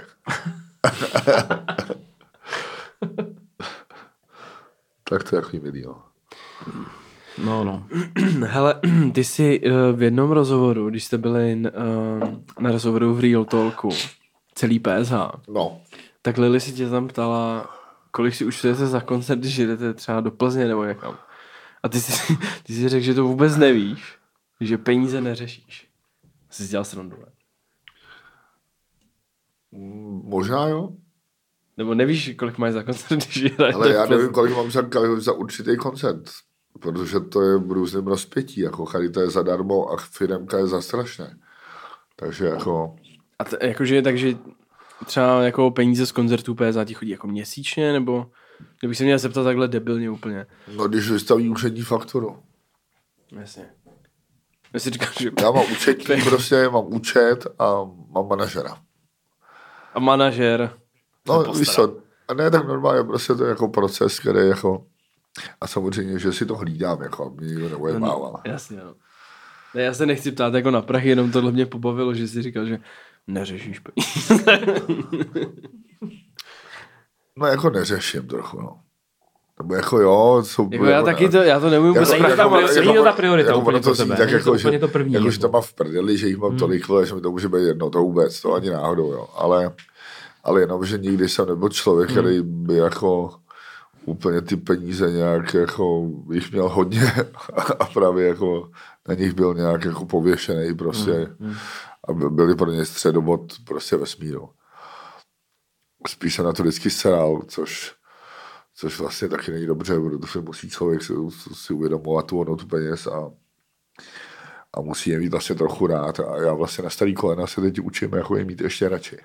Tak to je jako milý, jo. No. Hele, ty jsi v jednom rozhovoru, když jste byli na rozhovoru v Real Talku, celý PSH, tak Lily si tě tam ptala, kolik si účtujete za koncert, když jdete třeba do Plzně nebo někam. A ty jsi řekl, že to vůbec nevíš, že peníze neřešíš. Jsi dělal srandu, ne? Možná jo. Nebo nevíš, kolik máš za koncert, když hrajete. Ale já nevím, kolik mám za určitý koncert. Protože to je v různém rozpětí. Jako charita je zadarmo a firemka je za strašné. Takže jako... A jakože takže třeba jako peníze z koncertů PSA ti chodí jako měsíčně, nebo... Kdybych se měl zeptat takhle debilně úplně. No, když vystaví účetní fakturu. Jasně. Já si říkám, že... Já mám účetní, prostě mám účet a mám manažera. A manažer? No, víš co, a ne tak normálně, prostě to je jako proces, který jako... A samozřejmě, že si to hlídám, jako mě nikdo neujebával. No, jasně, no. Ne, já se nechci ptát jako na prachy, jenom tohle mě pobavilo, že jsi říkal, že neřešíš peníze. No jako neřeším trochu, no. Nebo jako jo, jsou... Jako já taky to, já to nemůžu vůbec... Není to ta priorita úplně pro tebe. Tak jako, že, to první. Jako, že to má v prdeli, že jich mám tolik, že mi to může být jedno, to vůbec, to ani náhodou, jo. Ale jenom, že nikdy jsem nebyl člověk, který by jako úplně ty peníze nějak jako jich měl hodně a právě jako na nich byl nějak jako pověšený prostě a byli pro ně středobod prostě vesmíru. Spíš se na to vždycky sral, což vlastně taky není dobře, protože musí člověk si uvědomovat tu hodnotu peněz a musí je mít vlastně trochu rád. A já vlastně na starý kolena se teď učím, jako je mít ještě radši.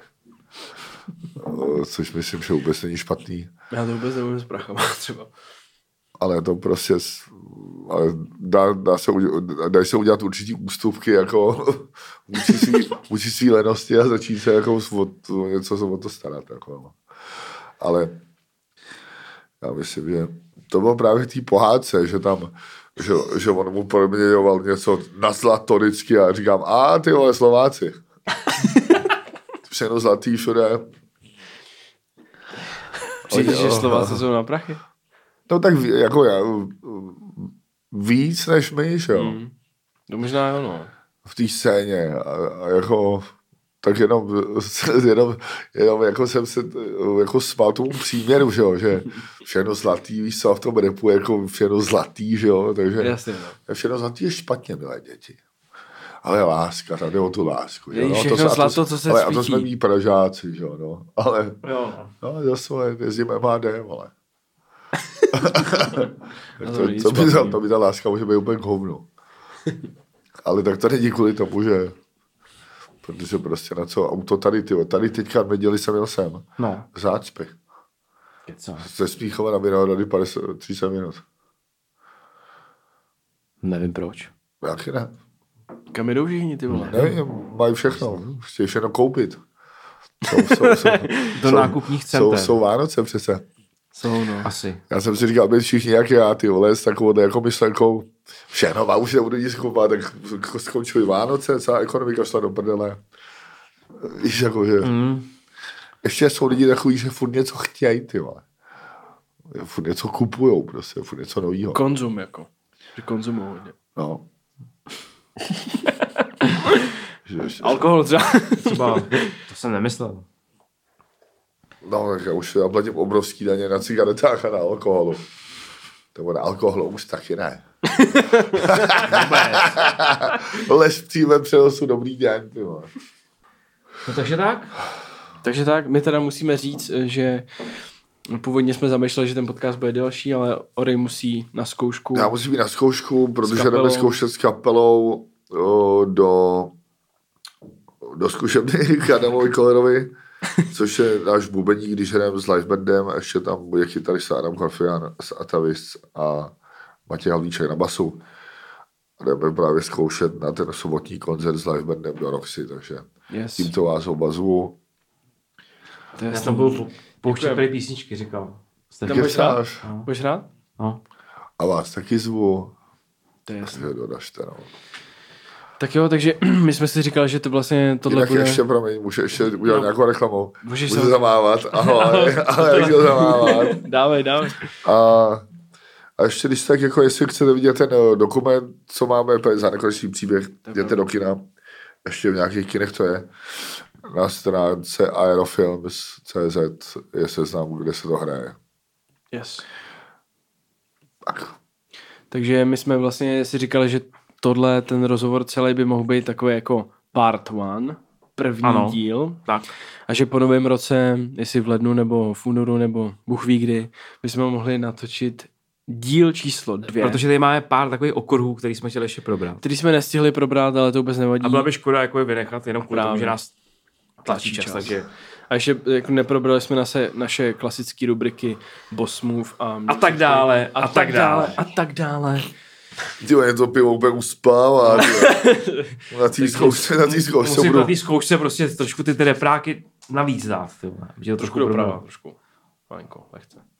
Což myslím, že vůbec není špatný. Já to vůbec nemůžu s prachama třeba. ale to prostě ale dají se udělat určitý ústupky jako vůči svý lenosti a začít se jako něco se o to starat. Jako. Ale já myslím, že to bylo právě v té pohádce, že tam že on mu proměňoval něco na zlato vždycky a říkám, ty vole, Slováci. Všechno zlatý všude. Přijde, že Slováci jsou na prachy? No tak jako víc než my, že jo. No možná jo, no. V té scéně a jako tak jenom jako jsem se jako smál tomu příměru, že jo, že všechno zlatý, víš co, v tom rapu jako všechno zlatý, že jo, takže jasně, no. Všechno zlatý je špatně, milé děti. Ale láska, tady o tu lásku. Je všechno zlato, co se svítí. A to jsme mý Pražáci, že jo, no. Ale, za svoje, jezdíme MHD, ale. To by ta láska může být úplně k hovnu. Ale tak to není kvůli tomu, že protože prostě na co auto tady teďka neděli jsem sem. No. Zácpy. Ze Smíchova na Vinohrady 30 minut. Nevím proč. Jaký ne? Kam jdou všichni, ty vole? Nevím, mají všechno. Chtějí všechno koupit. Do nákupních center. Jsou Vánoce přece. Jsou, no. Asi. Já jsem si říkal, být všichni jak já, ty vole, s takovou jako myšlenkou, všechno, už nebudu nic kupovat, tak skončily Vánoce, celá ekonomika šla do prdele. Víš, jakože... Ještě jsou lidi takový, že furt něco chtějí, ty vole. Furt něco kupujou, prostě, furt něco novýho. Konzum, jako. Že konzumují hodně. No. Alkohol třeba. To jsem nemyslel. No, tak já už platím obrovský daně na cigaretách a na alkoholu. To na alkoholu už taky ne. Lež v přímém přenosu, dobrý den. Ty vole. No takže tak? Takže tak, my teda musíme říct, že původně jsme zamýšleli, že ten podcast bude delší, ale Orej musí na zkoušku. Já musím jít na zkoušku, protože jdeme zkoušet s kapelou do zkušebny Adamovi Kollerovi, což je náš bubeník, když hrajeme s livebandem, a ještě tam bude kytarista Adam Korfian z Atavis a Matěj Havlíček na basu. Jdeme právě zkoušet na ten sobotní koncert s livebandem do Roxy, takže tímto vás oba zvu. Já tam budu pouštět prý písničky, říkal. Tam budeš rád? Budeš rád? No. A vás taky zvu. To je jasné. Dodažte, no. Tak jo, takže my jsme si říkali, že to vlastně tohle bude... ještě, promiň, můžu ještě udělat nějakou reklamu. Můžu zamávat, ahoj, ale jak to zamávat. Dávej. A ještě když tak, jako jestli chcete vidět ten dokument, co máme, za nekonečný příběh, jděte do kina, ještě v nějakých kinech to je, na stránce aerofilms.cz je seznam, kde se to hraje. Yes. Tak. Takže my jsme vlastně si říkali, že tohle, ten rozhovor celý by mohl být takový jako part one, první díl. Tak. A že po novém roce, jestli v lednu nebo v únoru nebo Bůh ví kdy, bychom mohli natočit díl číslo 2. Protože tady máme pár takových okruhů, který jsme chtěli ještě probrat. Který jsme nestihli probrat, ale to vůbec nevadí. A byla by škoda jako je vynechat, jenom kvůli tomu, že nás tlačí čas. Takže... A ještě jako neprobrali jsme naše klasické rubriky Boss Move a tak dále. Tyjo, je to pivo úplně uspává. Na té zkoušce musím na té zkoušce prostě trošku ty repráky navíc dát. Že to trošku doprava. Trošku. Malinko, lehce.